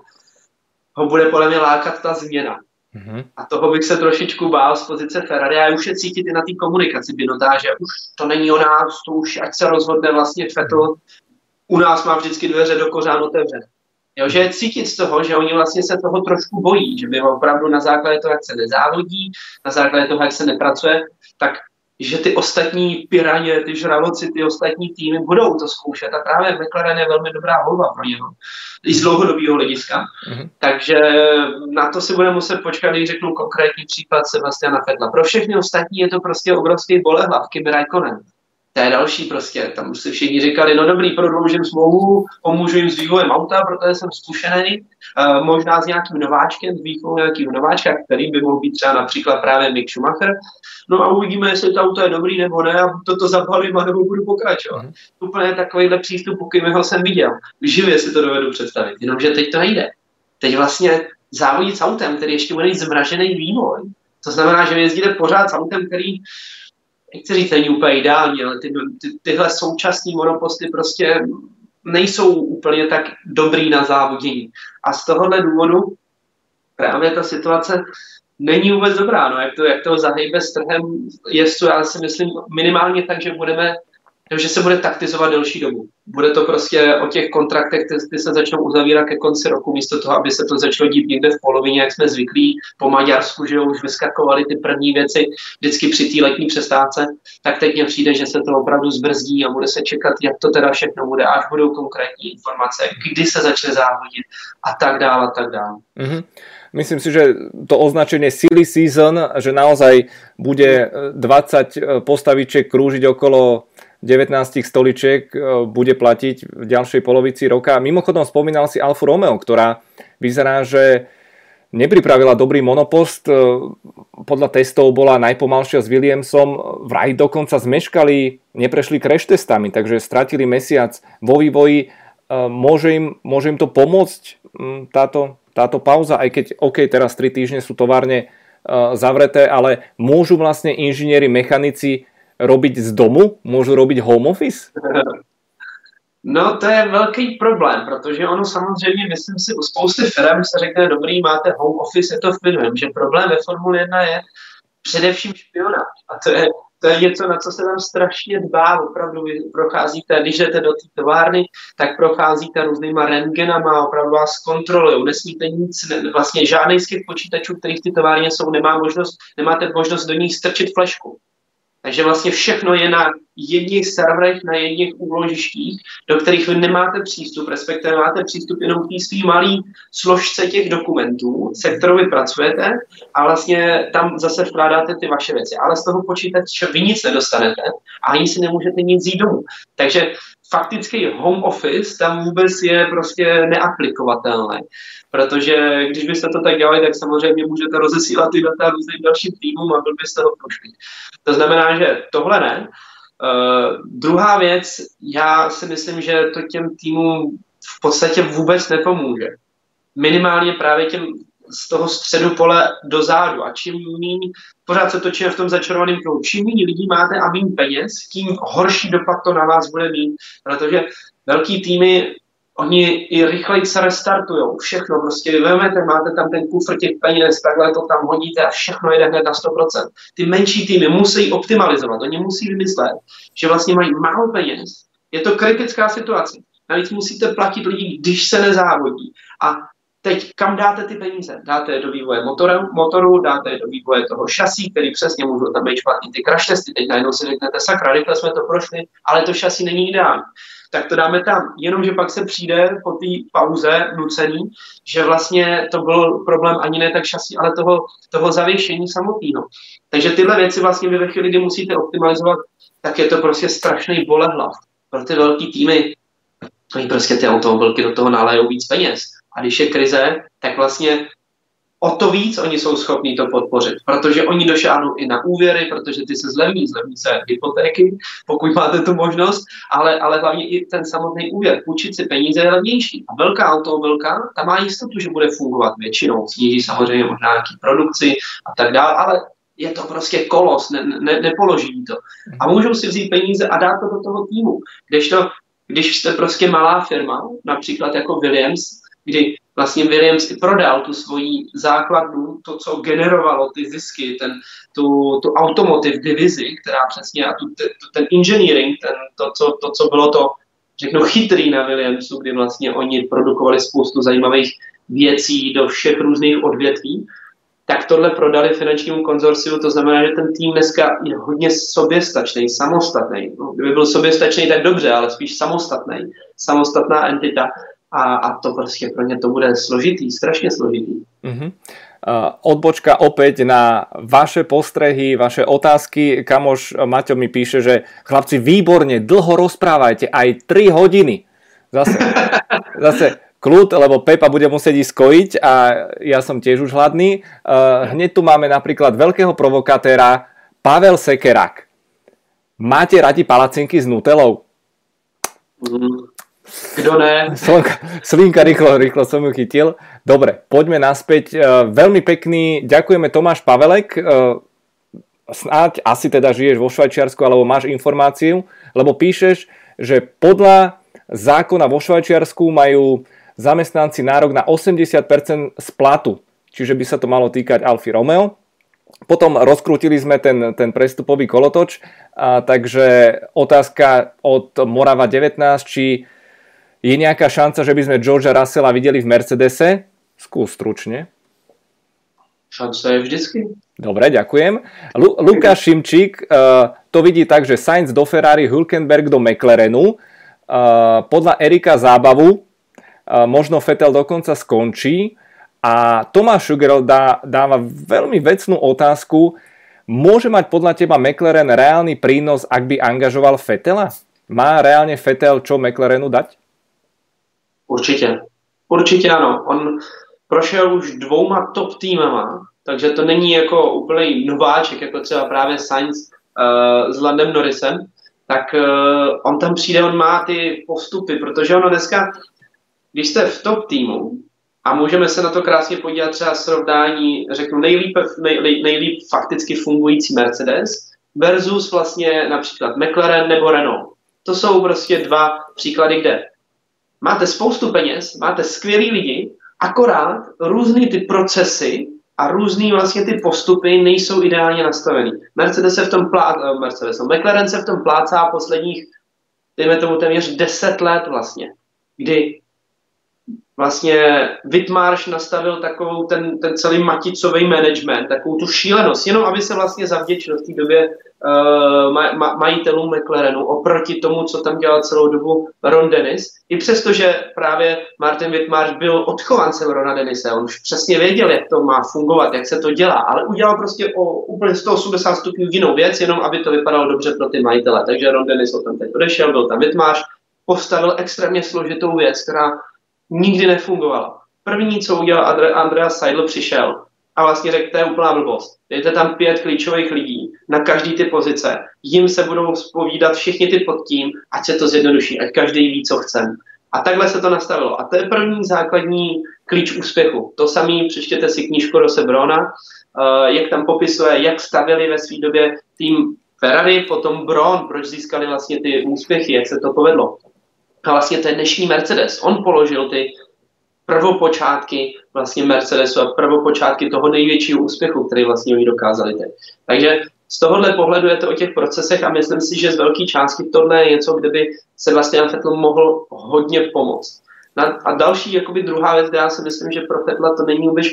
ho bude podle mě lákat ta změna. Mm-hmm. A toho bych se trošičku bál z pozice Ferrari a už je cítit i na té komunikaci Binotto, že už to není o nás, to už ať se rozhodne vlastně Vettel, u nás má vždycky dveře do kořán otevřené. Jo, že je cítit z toho, že oni vlastně se toho trošku bojí, že by opravdu na základě toho, jak se nezávodí, na základě toho, jak se nepracuje, tak že ty ostatní piraně, ty žraloci, ty ostatní týmy budou to zkoušet a právě McLaren je velmi dobrá volba pro něho, i z dlouhodobého hlediska. Mm-hmm. Takže na to si budeme muset počkat, když řeknu konkrétní případ Sebastiana Vettela. Pro všechny ostatní je to prostě obrovský bolehlav, Kimi Räikkönen. To je další prostě, tam si všichni říkali, no dobrý, prodloužím smlouvu, pomůžu jim s vývojem auta, protože jsem zkušený, možná s nějakým nováčkem, s výchovou nějakým nováčka, který by mohl být třeba například právě Mick Schumacher. No a uvidíme, jestli to auto je dobrý nebo ne a toto zabalím a nebo budu pokračovat. Úplně takovýhle přístup, pokud ho jsem viděl. Živě si to dovedu představit, jenomže teď to nejde. Teď vlastně závodit s autem, který ještě bude zmražený vývoj. To znamená, že vy jezdíte pořád s autem, který nechci říct, není úplně ideální, ale tyhle současné monoposty prostě nejsou úplně tak dobrý na závodění. A z tohohle důvodu právě ta situace není vůbec dobrá. No, jak to zahejbe s trhem jezdců, já si myslím minimálně tak, že se bude taktizovat delší dobu. Bude to prostě o těch kontraktech, ty se začnou uzavírat ke konci roku, místo toho, aby se to začalo dít někde v polovině, jak jsme zvyklí po Maďarsku, že už vyskakovaly ty první věci vždycky při té letní přestávce, tak teď mně přijde, že se to opravdu zbrzdí a bude se čekat, jak to teda všechno bude, až budou konkrétní informace, kdy se začne závodit a tak dále, a tak dále. Mm-hmm. Myslím si, že to označenie silly season, že naozaj bude 20 postavičiek krúžiť okolo 19 stoličiek, bude platiť v ďalšej polovici roka. Mimochodom spomínal si Alfu Romeo, ktorá vyzerá, že nepripravila dobrý monopost. Podľa testov bola najpomalšia s Williamsom. Vraj dokonca zmeškali, neprešli crash testami, takže stratili mesiac vo vývoji. Môže im to pomôcť táto pauza, aj keď teraz 3 týždne sú továrne zavreté, ale môžu vlastne inžinieri, mechanici robiť z domu? Môžu robiť home office? No to je velký problém, protože ono samozřejmě, myslím si, u spousty firm se řekne, dobrý, máte home office, je to v klidu, že problém ve Formule 1 je především špionáž. A to je něco, na co se tam strašně dbá. Opravdu vy procházíte, když jdete do té továrny, tak procházíte různýma rentgenama, opravdu vás kontrolují. Nesmíte nic, vlastně žádný z těch počítačů, kterých ty továrně jsou, nemáte možnost do nich strčit flešku. Takže vlastně všechno je na jedných serverech, na jedných úložištích, do kterých vy nemáte přístup, respektive máte přístup jenom k té svý malý složce těch dokumentů, se kterou vy pracujete a vlastně tam zase vkládáte ty vaše věci. Ale z toho počítače vy nic nedostanete a ani si nemůžete nic vzít domů. Takže faktický home office tam vůbec je prostě neaplikovatelný. Protože když byste to tak dělali, tak samozřejmě můžete rozesílat ty data různým dalším týmům a byl byste ho prošli. To znamená, že tohle ne. Druhá věc, já si myslím, že to těm týmům v podstatě vůbec nepomůže. Minimálně právě těm z toho středu pole do zádu. A čím míň, pořád se točíme v tom začarovaném kruhu, čím míň lidí máte a míň peněz, tím horší dopad to na vás bude mít. Protože velký týmy, oni i rychleji se restartujou. Všechno prostě vyvemete, máte tam ten kufr těch peněz, takhle to tam hodíte a všechno jde hned na 100%. Ty menší týmy musí optimalizovat. Oni musí vymyslet, že vlastně mají málo peněz. Je to kritická situace. Navíc musíte platit lidi, když se nezávodí. A teď kam dáte ty peníze? Dáte je do vývoje motoru, dáte je do vývoje toho šasí, který přesně můžou tam být špatný ty crash testy. Teď najednou si řeknete, sakra, rychle jsme to prošli, ale to šasí není ideální. Tak to dáme tam. Jenomže pak se přijde po té pauze nucený, že vlastně to byl problém ani ne tak šasí, ale toho zavěšení samotného. Takže tyhle věci vlastně vy ve chvíli, kdy musíte optimalizovat, tak je to prostě strašný bolehlav. Pro ty velký týmy, oni prostě ty automobilky do toho nalejou víc peněz. A když je krize, tak vlastně o to víc oni jsou schopní to podpořit, protože oni došáhnou i na úvěry, protože ty se zlevní se hypotéky, pokud máte tu možnost, ale hlavně i ten samotný úvěr. Půjčit si peníze je levnější. A velká automobilka, ta má jistotu, že bude fungovat většinou. Sníží samozřejmě možná nějaký produkci a tak dále, ale je to prostě kolos, nepoloží to. A můžou si vzít peníze a dát to do toho týmu. Když jste prostě malá firma, například jako Williams, kdy vlastně Williams i prodal tu svoji základnu, to, co generovalo ty zisky, tu automotive divizi, která přesně, a ten engineering, to, co bylo to, řeknu, chytrý na Williamsu, kdy vlastně oni produkovali spoustu zajímavých věcí do všech různých odvětví, tak tohle prodali finančnímu konzorciu, to znamená, že ten tým dneska je hodně soběstačný, samostatný. No, kdyby byl soběstačný, tak dobře, ale spíš samostatná entita. A to prostě pro ně to bude složitý, strašne složitý. Odbočka opäť na vaše postrehy, vaše otázky. Kamoš Maťo mi píše, že chlapci, výborne, dlho rozprávajte, aj 3 hodiny. Zase kľud, lebo Pepa bude musieť ísť kojiť a ja som tiež už hladný. Hneď tu máme napríklad veľkého provokatéra Pavel Sekerak. Máte radi palacinky s nutelou? Kdo ne? Slinka, rýchlo som ju chytil. Dobre, poďme naspäť. Veľmi pekný, ďakujeme Tomáš Pavelek. Snáď asi teda žiješ vo Švajčiarsku, alebo máš informáciu, lebo píšeš, že podľa zákona vo Švajčiarsku majú zamestnanci nárok na 80% z platu. Čiže by sa to malo týkať Alfy Romeo. Potom rozkrútili sme ten prestupový kolotoč, takže otázka od Morava 19, či je nejaká šanca, že by sme Georgea Russella videli v Mercedese? Skús stručne. Šanca je vždycky. Dobre, ďakujem. Lukáš Šimčík to vidí tak, že Sainz do Ferrari, Hülkenberg do McLarenu. Podľa Erika Zábavu možno Vettel dokonca skončí. A Tomáš Šugerov dáva veľmi vecnú otázku. Môže mať podľa teba McLaren reálny prínos, ak by angažoval Vettela? Má reálne Vettel čo McLarenu dať? Určitě ano. On prošel už 2 top týmama, takže to není jako úplný nováček, jako třeba právě Sainz s Landem Norrisem, tak on tam přijde, on má ty postupy, protože ono dneska, když jste v top týmu, a můžeme se na to krásně podívat třeba srovnání, řeknu, nejlíp fakticky fungující Mercedes versus vlastně například McLaren nebo Renault. To jsou prostě dva příklady, kde máte spoustu peněz, máte skvělý lidi, akorát různý ty procesy a různý vlastně ty postupy nejsou ideálně nastavený. McLaren se v tom plácá posledních, dejme tomu téměř 10 let vlastně, kdy vlastně Whitmarsh nastavil takovou ten celý maticový management, takovou tu šílenost, jenom aby se vlastně zavděčil v té době majitelům McLarenu oproti tomu, co tam dělal celou dobu Ron Dennis. I přesto, že právě Martin Whitmarsh byl odchovancem Rona Dennise, on už přesně věděl, jak to má fungovat, jak se to dělá, ale udělal prostě o úplně 180 stupňů jinou věc, jenom aby to vypadalo dobře pro ty majitele. Takže Ron Dennis tam teď odešel, byl tam Whitmarsh, postavil extrémně složitou věc, která nikdy nefungovala. První, co udělal Andreas Seidl, přišel a vlastně řekl, to je úplná blbost. Dejte tam 5 klíčových lidí na každý ty pozice. Jim se budou zpovídat všichni ty pod tím, ať se to zjednoduší, ať každý ví, co chce. A takhle se to nastavilo. A to je první základní klíč úspěchu. To samý, přečtěte si knížku Rosse Brauna, jak tam popisuje, jak stavili ve své době tým Ferrari, potom Braun, proč získali vlastně ty úspěchy, jak se to povedlo. A vlastně to je dnešní Mercedes. On položil ty prvopočátky vlastně Mercedesu a prvopočátky toho největšího úspěchu, který vlastně oni dokázali teď. Takže z tohohle pohledu je to o těch procesech a myslím si, že z velké části tohle je něco, kde by se vlastně Vettel mohl hodně pomoct. A další, jakoby druhá věc, kde já si myslím, že pro Vettela to není vůbec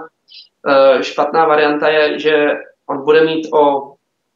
špatná varianta, je, že on bude mít o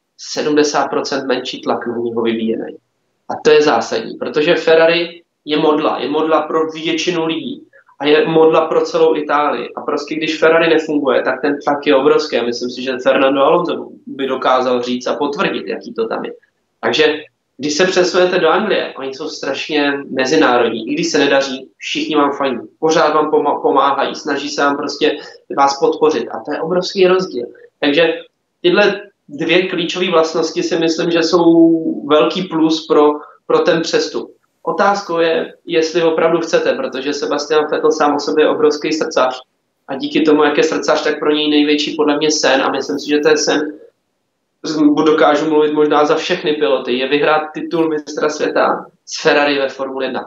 70% menší tlak na něho vyvíjený. A to je zásadní, protože Ferrari je modla pro většinu lidí a je modla pro celou Itálii. A prostě když Ferrari nefunguje, tak ten tlak je obrovský. A myslím si, že Fernando Alonso by dokázal říct a potvrdit, jaký to tam je. Takže když se přesunete do Anglie, oni jsou strašně mezinárodní. I když se nedaří, všichni vám fajní. Pořád vám pomáhají, snaží se vám prostě vás podpořit. A to je obrovský rozdíl. Takže tyhle 2 klíčové vlastnosti si myslím, že jsou velký plus pro ten přestup. Otázkou je, jestli opravdu chcete, protože Sebastian Vettel sám o sobě je obrovský srdcař. A díky tomu, jak je srdcař, tak pro něj největší podle mě sen. A myslím si, že to je sen, dokážu mluvit možná za všechny piloty, je vyhrát titul mistra světa z Ferrari ve Formule 1.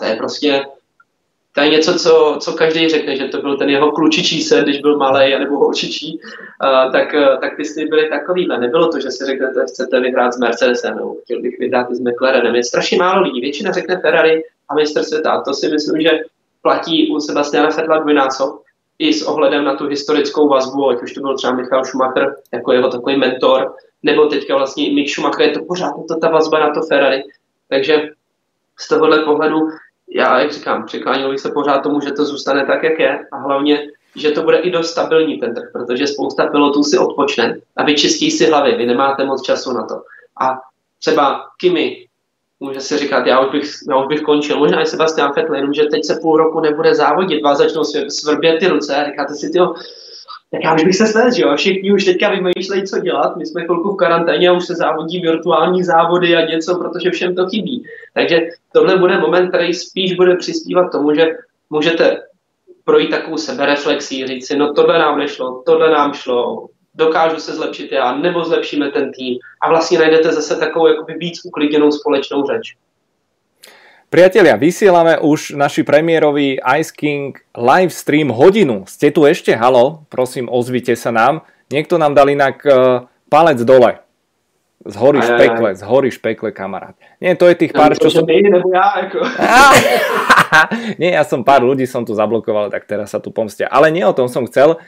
To je něco, co každý řekne, že to byl ten jeho klučičí sen, když byl malej, nebo holčičí, tak ty sny byly takovýhle. Nebylo to, že si řeknete, chcete vyhrát s Mercedesem, nebo chtěl bych vyhrát s McLarenem. Je strašně málo lidí. Většina řekne Ferrari a mistr světa. To si myslím, že platí u Sebastiana Vettela dvojnásob, i s ohledem na tu historickou vazbu, ať už to byl třeba Michael Schumacher jako jeho takový mentor, nebo teďka vlastně Mick Schumacher, je to pořád ta vazba na to Ferrari. Takže z tohohle pohledu já, jak říkám, přiklánil bych se pořád tomu, že to zůstane tak, jak je a hlavně, že to bude i dost stabilní ten trh, protože spousta pilotů si odpočne a vyčistí si hlavy, vy nemáte moc času na to. A třeba Kimi může si říkat, já už bych končil, možná i Sebastian Vettel, jenomže teď se půl roku nebude závodit, vás začnou svrbět ty ruce a říkáte si, tak já už bych se slez, jo, všichni už teďka vymýšlejí, co dělat, my jsme chvilku v karanténě a už se závodí virtuální závody a něco, protože všem to chybí. Takže tohle bude moment, který spíš bude přispívat tomu, že můžete projít takovou sebereflexí, říct si, no tohle nám šlo, dokážu se zlepšit já, nebo zlepšíme ten tým a vlastně najdete zase takovou jakoby víc uklidněnou společnou řeč. Priatelia, vysielame už naši premiérový Ice King live stream hodinu. Ste tu ešte? Haló? Prosím, ozvite sa nám. Niekto nám dal inak palec dole. Zhoríš pekle, kamarát. Nie, to je tých pár, čo som... Nebo ja, ako... Nie, ja som pár ľudí som tu zablokoval, tak teraz sa tu pomstia. Ale nie o tom som chcel.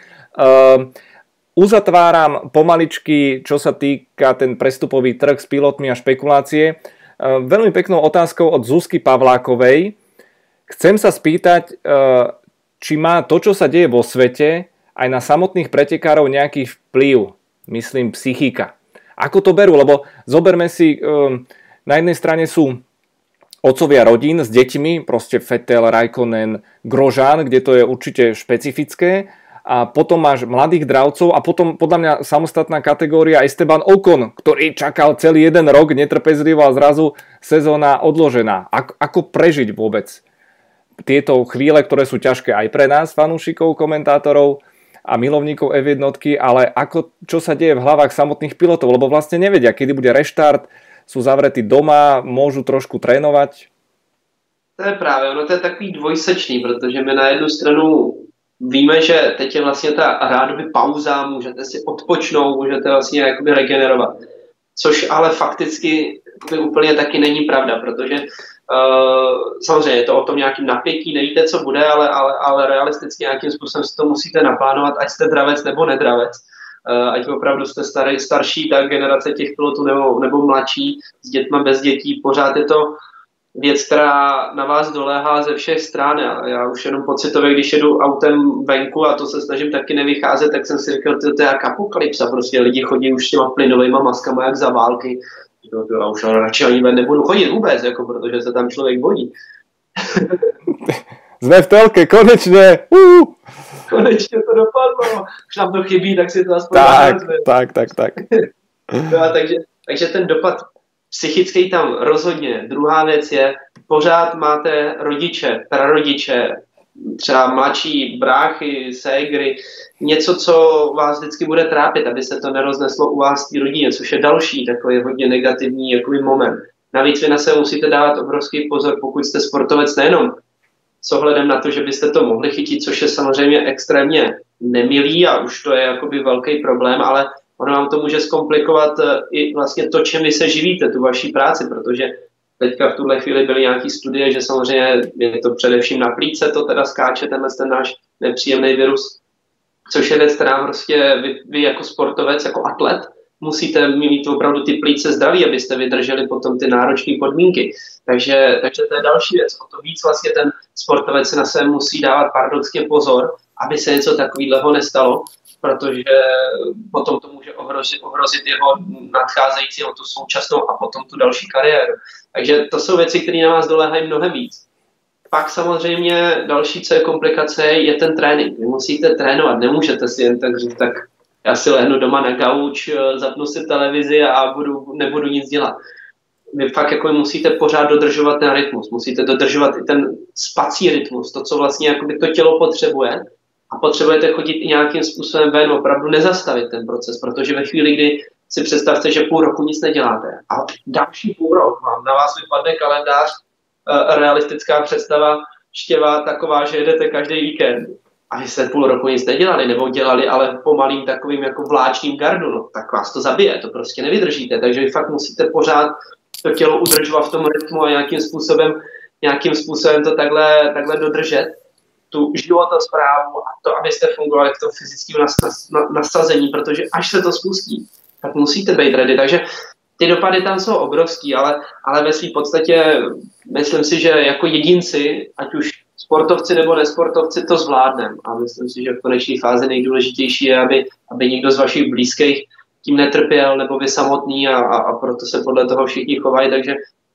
Uzatváram pomaličky, čo sa týka ten prestupový trh s pilotmi a špekulácie. Veľmi peknou otázkou od Zuzky Pavlákovej. Chcem sa spýtať, či má to, čo sa deje vo svete, aj na samotných pretekárov nejaký vplyv, myslím psychika. Ako to berú? Lebo zoberme si, na jednej strane sú otcovia rodín s deťmi, proste Vettel, Raikkonen, Grosjean, kde to je určite špecifické. A potom máš mladých dravcov a potom podľa mňa samostatná kategória Esteban Ocon, ktorý čakal celý 1 rok netrpezlivo a zrazu sezóna odložená. Ako prežiť vôbec tieto chvíle, ktoré sú ťažké aj pre nás, fanúšikov, komentátorov a milovníkov F1, ale čo sa deje v hlavách samotných pilotov, lebo vlastne nevedia, kedy bude reštart, sú zavretí doma, môžu trošku trénovať? To je právě, ono to je takový dvojsečný, protože my na jednu stranu víme, že teď je vlastně ta rádoby pauza, můžete si odpočnout, můžete vlastně jakoby regenerovat. Což ale fakticky úplně taky není pravda, protože samozřejmě je to o tom nějakým napětí, nevíte, co bude, ale realisticky nějakým způsobem si to musíte naplánovat, ať jste dravec nebo nedravec. Ať opravdu jste starší, tak generace těch pilotů nebo mladší, s dětma, bez dětí, pořád je to věc, která na vás doléhá ze všech stran. Já už jenom pocitově, když jedu autem venku a to se snažím taky nevycházet, tak jsem si říkal, to je jak apokalypsa, prostě lidi chodí už s těma plynovýma maskama jak za války. Já už radši ani nebudu chodit vůbec, jako, protože se tam člověk bojí. Jsme v telke, konečně! Konečně to dopadlo. Už nám to chybí, tak si to aspoň tak. No, takže ten dopad psychický tam rozhodně. Druhá věc je, pořád máte rodiče, prarodiče, třeba mladší bráchy, ségry, něco, co vás vždycky bude trápit, aby se to nerozneslo u vás v té rodině, což je další takový hodně negativní jakový moment. Navíc vy na sebe musíte dávat obrovský pozor, pokud jste sportovec nejenom s ohledem na to, že byste to mohli chytit, což je samozřejmě extrémně nemilý a už to je jakoby velký problém, ale ono vám to může zkomplikovat i vlastně to, čem vy se živíte, tu vaší práci, protože teďka v tuhle chvíli byly nějaký studie, že samozřejmě je to především na plíce, to teda skáče ten náš nepříjemný virus, což je věc, která prostě vy jako sportovec, jako atlet, musíte mít opravdu ty plíce zdraví, abyste vydrželi potom ty náročné podmínky. Takže to je další věc. O to víc vlastně ten sportovec si na sebe musí dávat paradoxně pozor, aby se něco takového nestalo, protože potom to může ohrozit jeho nadcházející, tu současnou a potom tu další kariéru. Takže to jsou věci, které na vás doléhají mnohem víc. Pak samozřejmě další, co je komplikace, je ten trénink. Vy musíte trénovat, nemůžete si jen tak říct, tak já si lehnu doma na gauč, zapnu si televizi a nebudu nic dělat. Vy fakt jako musíte pořád dodržovat ten rytmus, musíte dodržovat i ten spací rytmus, to, co vlastně jakoby to tělo potřebuje, a potřebujete chodit i nějakým způsobem ven, opravdu nezastavit ten proces, protože ve chvíli, kdy si představte, že půl roku nic neděláte a další půl rok vám na vás vypadne kalendář, realistická představa štěvá taková, že jedete každý víkend a vy jste půl roku nic nedělali, nebo dělali, ale pomalým takovým jako vláčným gardu, no, tak vás to zabije, to prostě nevydržíte, takže vy fakt musíte pořád to tělo udržovat v tom rytmu a nějakým způsobem to takhle dodržet, tu životosprávu a to, abyste fungovali v tom fyzickém nasazení, protože až se to spustí, tak musíte být ready, takže ty dopady tam jsou obrovský, ale ve své podstatě myslím si, že jako jedinci, ať už sportovci nebo nesportovci, to zvládneme. A myslím si, že v konečné fázi nejdůležitější je, aby někdo z vašich blízkých tím netrpěl, nebo vy samotný a proto se podle toho všichni chovají. Takže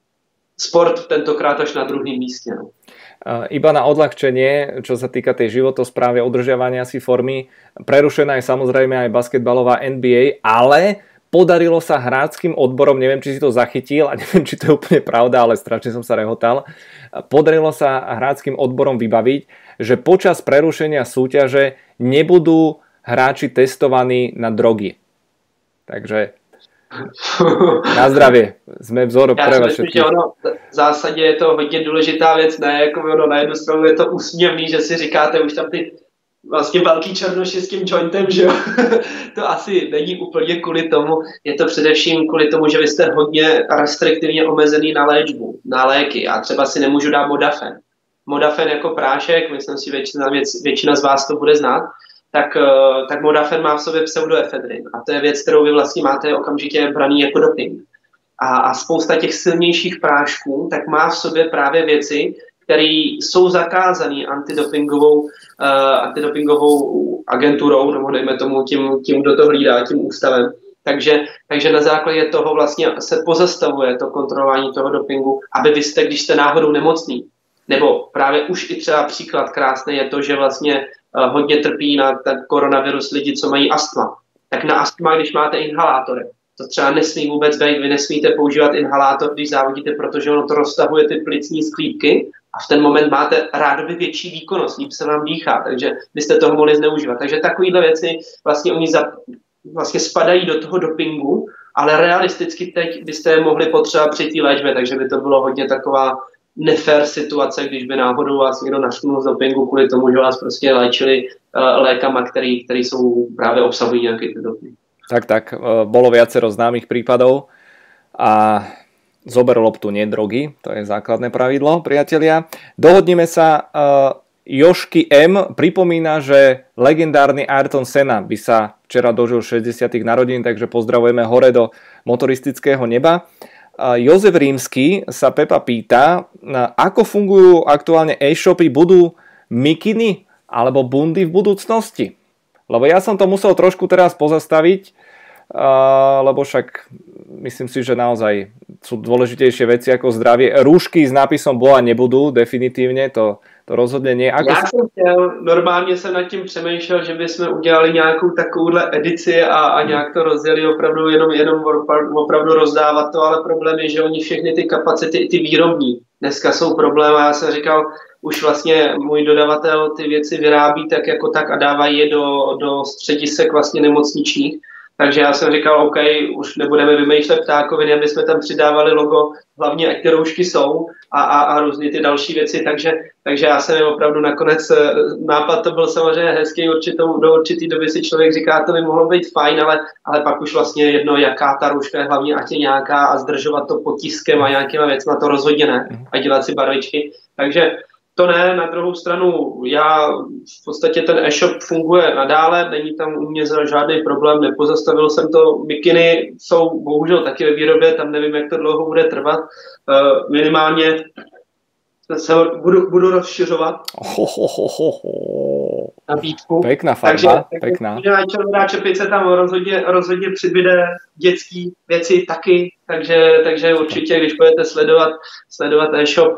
sport tentokrát až na druhém místě. No. Iba na odľahčenie, čo sa týka tej životosprávy a udržiavania si formy, prerušená je samozrejme aj basketbalová NBA, ale podarilo sa hráčským odborom, neviem, či si to zachytil a neviem, či to je úplne pravda, ale strašne som sa rehotal, podarilo sa hráčským odborom vybaviť, že počas prerušenia súťaže nebudú hráči testovaní na drogy. Takže na zdravě. Jsme vzor pro vás všetkých. V zásadě je to hodně důležitá věc, ne jako ono na jednu stranu je to úsměvný, že si říkáte už tam ty vlastně velký černoši s tím jointem, že jo. To asi není úplně kvůli tomu, je to především kvůli tomu, že vy jste hodně restriktivně omezený na léčbu, na léky. Já třeba si nemůžu dát modafen. Modafen jako prášek, myslím si většina z vás to bude znát, tak modafen má v sobě pseudoefedrin. A to je věc, kterou vy vlastně máte okamžitě braný jako doping. A spousta těch silnějších prášků tak má v sobě právě věci, které jsou zakázané antidopingovou agenturou, nebo dejme tomu tím, kdo to hlídá, tím ústavem. Takže na základě toho vlastně se pozastavuje to kontrolování toho dopingu, aby vy jste, když jste náhodou nemocný, nebo právě už i třeba příklad krásný je to, že vlastně hodně trpí na ten koronavirus lidi, co mají astma. Tak na astma, když máte inhalátory, to třeba nesmí vůbec být, vy nesmíte používat inhalátor, když závodíte, protože ono to roztahuje ty plicní sklípky a v ten moment máte rádoby větší výkonnost, líp se vám dýchá, takže byste toho mohli zneužívat. Takže takovýhle věci vlastně oni vlastně spadají do toho dopingu ale realisticky teď byste je mohli potřebovat při té léčbě, takže by to bylo hodně taková nefér situace, když by náhodou vás někdo našknul z dopingu kvůli tomu, že vás prostě léčili lékama, které jsou právě obsahují nějaký doping. Tak, bolo viacero známych prípadov a zober loptu, nie drogy, to je základné pravidlo, priatelia. Dohodnime sa, Jošky M pripomína, že legendárny Ayrton Senna by sa včera dožil 60. narodín, takže pozdravujeme hore do motoristického neba. Jozef Rímsky sa Pepa pýta, ako fungujú aktuálne e-shopy, budú mikiny alebo bundy v budúcnosti? Lebo ja som to musel trošku teraz pozastaviť, lebo však myslím si, že naozaj sú dôležitejšie veci ako zdravie. Rúšky s nápisom bola nebudú, definitívne, to rozhodne nie. Já jsem normálně jsem nad tím přemýšlel, že bychom udělali nějakou takovouhle edici a nějak to rozjeli opravdu jenom opravdu rozdávat to, ale problém je, že oni všechny ty kapacity, i ty výrobní, dneska jsou problém a já jsem říkal, už vlastně můj dodavatel ty věci vyrábí tak jako tak a dávají je do středisek vlastně nemocničních. Takže já jsem říkal, OK, už nebudeme vymýšlet ptákoviny, aby jsme tam přidávali logo, hlavně ať ty roušky jsou a různé ty další věci, takže já jsem je opravdu nakonec, nápad to byl samozřejmě hezký, do určitý doby si člověk říká, to by mohlo být fajn, ale pak už vlastně jedno, jaká ta rouška je, hlavně ať je nějaká a zdržovat to potiskem a nějakýma věcma, to rozhodně ne, a dělat si barvičky, takže to ne, na druhou stranu, v podstatě ten e-shop funguje nadále, není tam u mě žádný problém, nepozastavil jsem to, mikiny jsou bohužel taky ve výrobě, tam nevím, jak to dlouho bude trvat, minimálně se budu rozšiřovat nabídku. Pekná farba, pekná. Takže červená čepice tam rozhodně přibyde, dětský věci taky, takže určitě, když budete sledovat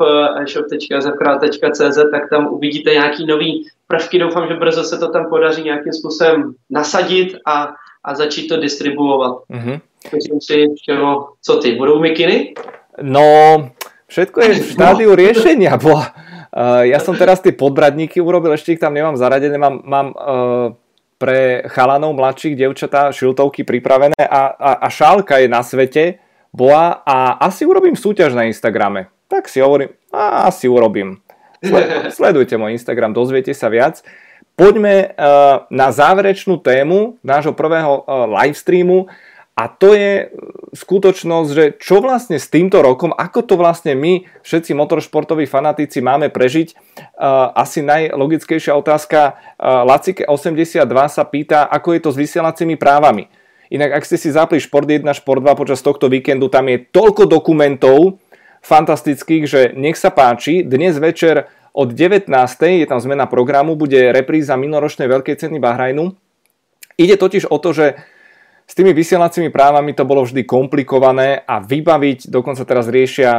e-shop.cz, tak tam uvidíte nějaký nový prvky. Doufám, že brzo se to tam podaří nějakým způsobem nasadit a začít to distribuovat. Myslím si, co ty, budou mikiny? No, všetko je v štádiu riešenia. Ja som teraz tie podbradníky urobil, ešte ich tam nemám zaradené, mám pre chalanov mladších dievčatá šiltovky pripravené a šálka je na svete bola a asi urobím súťaž na Instagrame. Tak si hovorím, asi urobím. Sledujte môj Instagram, dozviete sa viac. Poďme na záverečnú tému nášho prvého livestreamu. A to je skutočnosť, že čo vlastne s týmto rokom, ako to vlastne my, všetci motoršportoví fanatici, máme prežiť. Asi najlogickejšia otázka, Lacike82 sa pýta, ako je to s vysielacími právami. Inak, ak ste si zapli Šport 1, Šport 2 počas tohto víkendu, tam je toľko dokumentov fantastických, že nech sa páči. Dnes večer od 19. je tam zmena programu, bude repríza minuloročnej veľkej ceny Bahrajnu. Ide totiž o to, že s tými vysielacími právami to bolo vždy komplikované a vybaviť, dokonca teraz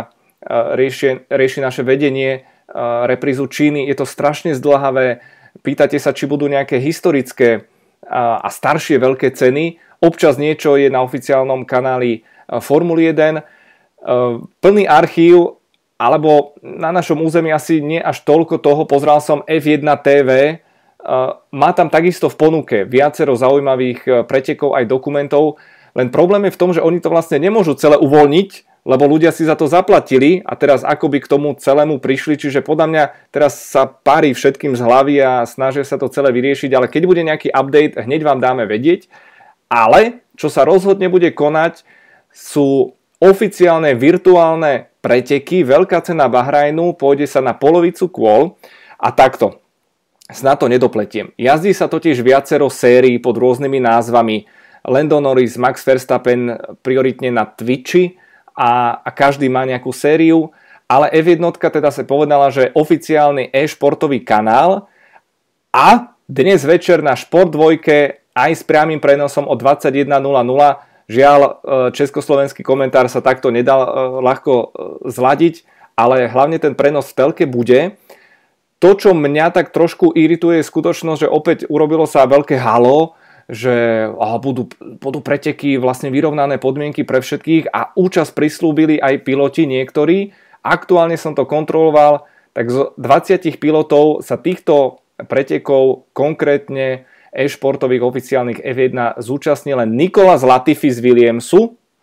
rieši naše vedenie reprízu Číny, je to strašne zdĺhavé. Pýtate sa, či budú nejaké historické a staršie veľké ceny. Občas niečo je na oficiálnom kanáli Formuly 1. Plný archív, alebo na našom území asi nie až toľko toho. Pozral som F1 TV, má tam takisto v ponuke viacero zaujímavých pretekov aj dokumentov, len problém je v tom, že oni to vlastne nemôžu celé uvoľniť, lebo ľudia si za to zaplatili a teraz akoby k tomu celému prišli, čiže podľa mňa teraz sa pári všetkým z hlavy a snažia sa to celé vyriešiť, ale keď bude nejaký update, hneď vám dáme vedieť. Ale čo sa rozhodne bude konať, sú oficiálne virtuálne preteky, veľká cena Bahrajnu, pôjde sa na polovicu kôl a takto. Snad to nedopletiem. Jazdí sa totiž viacero sérií pod rôznymi názvami. Lando Norris, Max Verstappen prioritne na Twitchi a každý má nejakú sériu, ale F1 teda sa povedala, že oficiálny e-športový kanál a dnes večer na Šport 2 aj s priamym prenosom o 21.00. Žiaľ, československý komentár sa takto nedal ľahko zladiť, ale hlavne ten prenos v telke bude. To, čo mňa tak trošku irituje, je skutočnosť, že opäť urobilo sa veľké halo, že budú preteky, vlastne vyrovnané podmienky pre všetkých a účasť prislúbili aj piloti niektorí. Aktuálne som to kontroloval, tak z 20 pilotov sa týchto pretekov, konkrétne e-športových oficiálnych F1, zúčastní len Nicolas Latifi z Williamsu,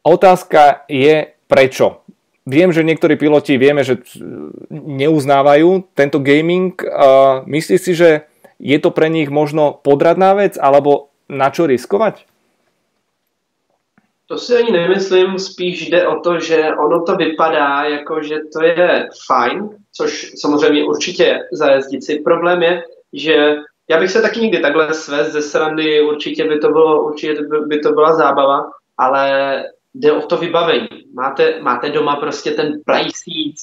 Otázka je prečo. Viem, že niektorí piloti vieme, že neuznávajú tento gaming. Myslíš si, že je to pre nich možno podradná vec, alebo na čo riskovať? To si ani nemyslím, spíš jde o to, že ono to vypadá jako, že to je fajn, což samozřejmě určitě zajezdit si. Problém je, že já bych se taky někdy takhle svést ze srandy, určitě by to byla zábava, ale jde o to vybavení. Máte doma prostě ten playseat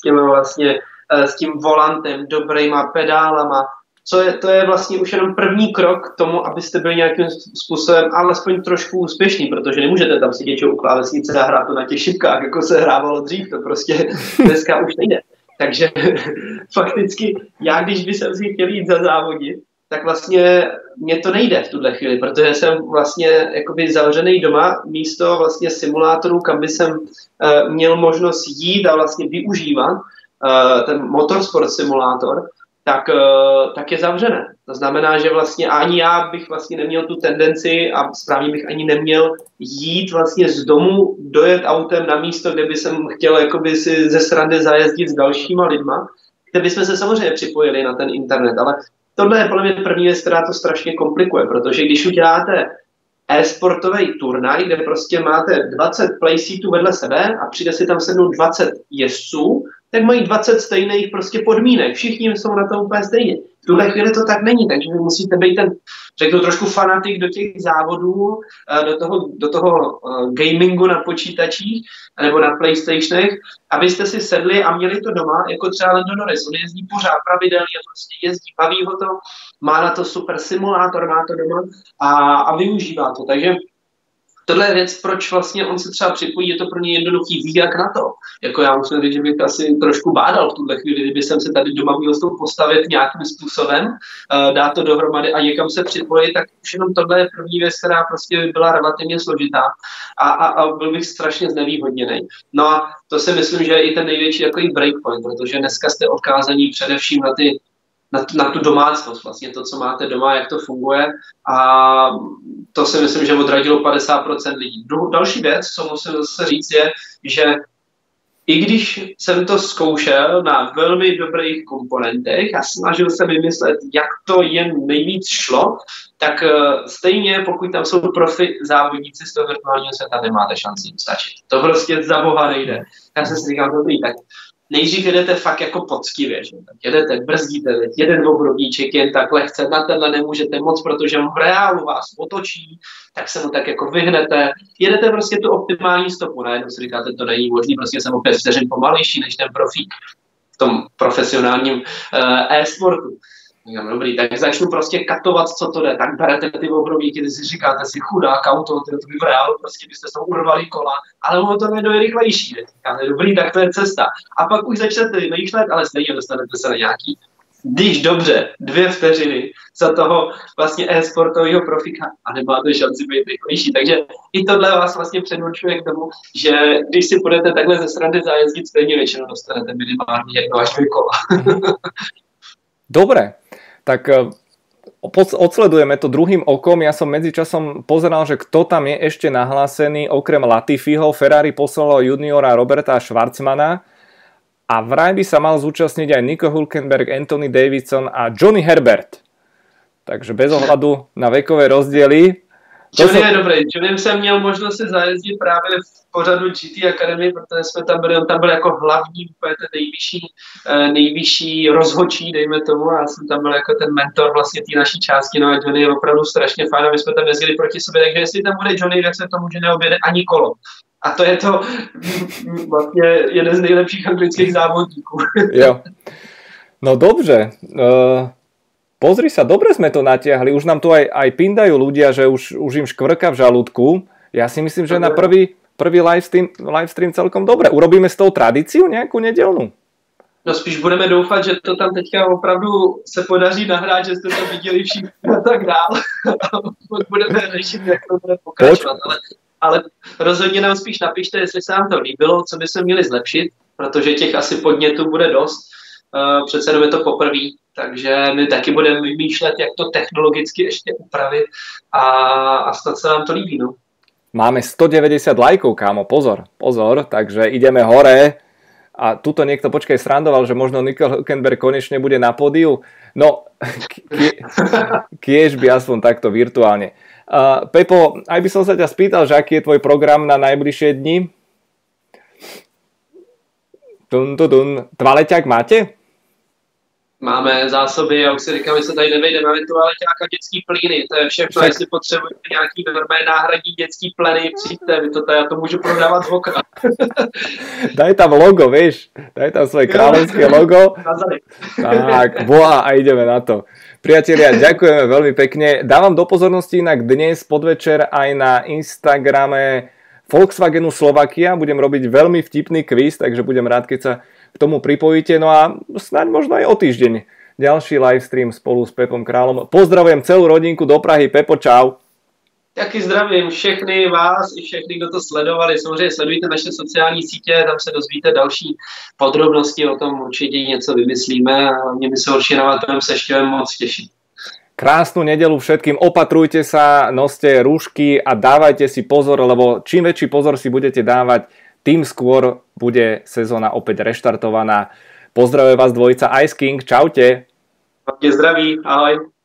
s tím volantem, dobrýma pedálama. To je vlastně už jenom první krok k tomu, abyste byli nějakým způsobem alespoň trošku úspěšný, protože nemůžete tam sedět u klávesnice a hrát to na těch šipkách, jako se hrávalo dřív, to prostě dneska už nejde. Takže fakticky já, když by jsem si chtěl jít zazávodit, tak vlastně mě to nejde v tuhle chvíli, protože jsem vlastně jakoby zavřený doma místo vlastně simulátorů, kam by jsem měl možnost jít a vlastně využívat ten motorsport simulátor, tak je zavřené. To znamená, že vlastně ani já bych vlastně neměl tu tendenci a správně bych ani neměl jít vlastně z domu, dojet autem na místo, kde by jsem chtěl jakoby si ze srandy zajezdit s dalšíma lidma, kde bychom se samozřejmě připojili na ten internet, ale tohle je podle mě první věc, která to strašně komplikuje, protože když uděláte e-sportový turnaj, kde prostě máte 20 playseatů vedle sebe a přijde si tam sednout 20 jezdců, tak mají 20 stejných prostě podmínek. Všichni jsou na to úplně stejně. V tuhle chvíli to tak není, takže vy musíte být ten, řeknu, trošku fanatik do těch závodů, do toho gamingu na počítačích nebo na PlayStationech, abyste si sedli a měli to doma, jako třeba Lando Norris. On jezdí pořád pravidelně, prostě jezdí, baví ho to, má na to super simulátor, má to doma a využívá to. Takže tohle je věc, proč vlastně on se třeba připojí, je to pro ně jednoduchý, ví jak na to. Jako já musím říct, že bych asi trošku bádal v tuhle chvíli, kdyby jsem se tady doma měl s tou postavit nějakým způsobem, dát to dohromady a někam se připojit, tak už jenom tohle je první věc, která prostě byla relativně složitá a byl bych strašně znevýhodněný. No a to si myslím, že je i ten největší takový breakpoint, protože dneska jste odkázaní především na tu domácnost, vlastně to, co máte doma, jak to funguje a to si myslím, že odradilo 50% lidí. Další věc, co musím zase říct, je, že i když jsem to zkoušel na velmi dobrých komponentech a snažil se vymyslet, jak to jen nejvíc šlo, tak stejně, pokud tam jsou profi závodníci z toho virtuálního světa, nemáte šanci jim stačit. To prostě za boha nejde. Já jsem si říkal, dobrý, tak nejdřív jedete fakt jako poctivě, že? Tak jedete, brzdíte, jeden obrubníček jen tak lehce, na tenhle nemůžete moc, protože on v reálu vás otočí, tak se mu tak jako vyhnete. Jedete prostě tu optimální stopu, najednou si říkáte, to není možný, prostě jsem o 5 vteřin pomalejší než ten profík v tom profesionálním e-sportu. Dobrý, tak začnu prostě katovat, co to jde, tak berete ty obrubníky, ty si říkáte si chudák auto, to by v reálu, prostě byste s toho urvali kola, ale ono to nejde rychlejší, říkáte, dobrý, tak to je cesta. A pak už začnete vymýšlet, ale stejně dostanete se na nějaký, když dobře, 2 vteřiny za toho vlastně e-sportového profika a nemáte šanci být rychlejší. Takže i tohle vás vlastně předurčuje k tomu, že když si budete takhle ze srandy zajezdit, stejně většinou dostanete minimálně 1 až 2 kola. Dobre, tak odsledujeme to druhým okom. Ja som medzičasom pozeral, že kto tam je ešte nahlásený okrem Latifiho. Ferrari poslalo juniora Roberta Schwarzmana a vraj by sa mal zúčastniť aj Nico Hülkenberg, Anthony Davidson a Johnny Herbert. Takže bez ohľadu na vekové rozdiely. Johnny je dobrý. Johnny jsem měl možnost si zajezdit právě v pořadu GT Academy, protože jsme tam byli, on tam byl jako hlavní, úplně ten nejvyšší rozhodčí, dejme tomu, a já jsem tam byl jako ten mentor vlastně té naší části, no a Johnny je opravdu strašně fajn a my jsme tam jezdili proti sobě, takže jestli tam bude Johnny, tak se to může neobjede ani kolo. A to je to vlastně jeden z nejlepších anglických závodníků. Jo. No dobře. Pozri sa, dobre sme to natiahli. Už nám tu aj pindajú ľudia, že už im škvrka v žalúdku. Ja si myslím, že na prvý livestream celkom dobre. Urobíme s tou tradíciu nejakú nedelnú? No spíš budeme doufat, že to tam teďka opravdu se podaří nahrát, že jste to viděli všichni a tak dál. Budeme řešit, jak to bude pokračovat. Ale rozhodně nám spíš napište, jestli se vám to líbilo, co by se měli zlepšit, protože těch asi podnětů bude dost. Přece jenom je to poprvé, takže my taky budeme vymýšlet, jak to technologicky ještě upravit a snad se nám to líbí. No. Máme 190 lajkov, kámo, pozor, takže ideme hore. A tuto niekto, počkaj, srandoval, že možno Nico Hülkenberg konečne bude na pódiu. No, kiež by aspoň takto virtuálne. Pepo, aj by som sa ťa spýtal, že aký je tvoj program na najbližšie dni? Tvaleťák máte? Máme zásoby, já už si říkám, že se tady nevejdeme, máme tu ale nějaká dětský plíny, to je všechno, jestli potřebujete nějaký normální náhradní dětský pleny, přijďte, vy to tady, já to můžu prodávat z oka. Daj tam logo, vieš, daj tam svoje kráľovské logo. Tak, boha, a ideme na to. Priatelia, ďakujeme veľmi pekne. Dávam do pozornosti inak dnes podvečer aj na Instagrame Volkswagenu Slovakia, budem robiť veľmi vtipný kvíz, takže budem rád, keď sa k tomu pripojíte. No a snáď možno aj o týždeň ďalší livestream spolu s Pepom Králom. Pozdravujem celú rodinku do Prahy. Pepo, čau. Taky zdravím všechny vás i všechny, kdo to sledovali. Samozřejmě sledujte naše sociální sítě, tam se dozvíte další podrobnosti, o tom určitě něco vymyslíme a my se určitě na vás se ještě moc těšit. Krásnu nedelu všetkým, opatrujte sa, noste rúšky a dávajte si pozor, lebo čím väčší pozor si budete dávať, tým skôr bude sezóna opäť reštartovaná. Pozdravuje vás dvojica Ice King, čaute. Zdraví, ahoj.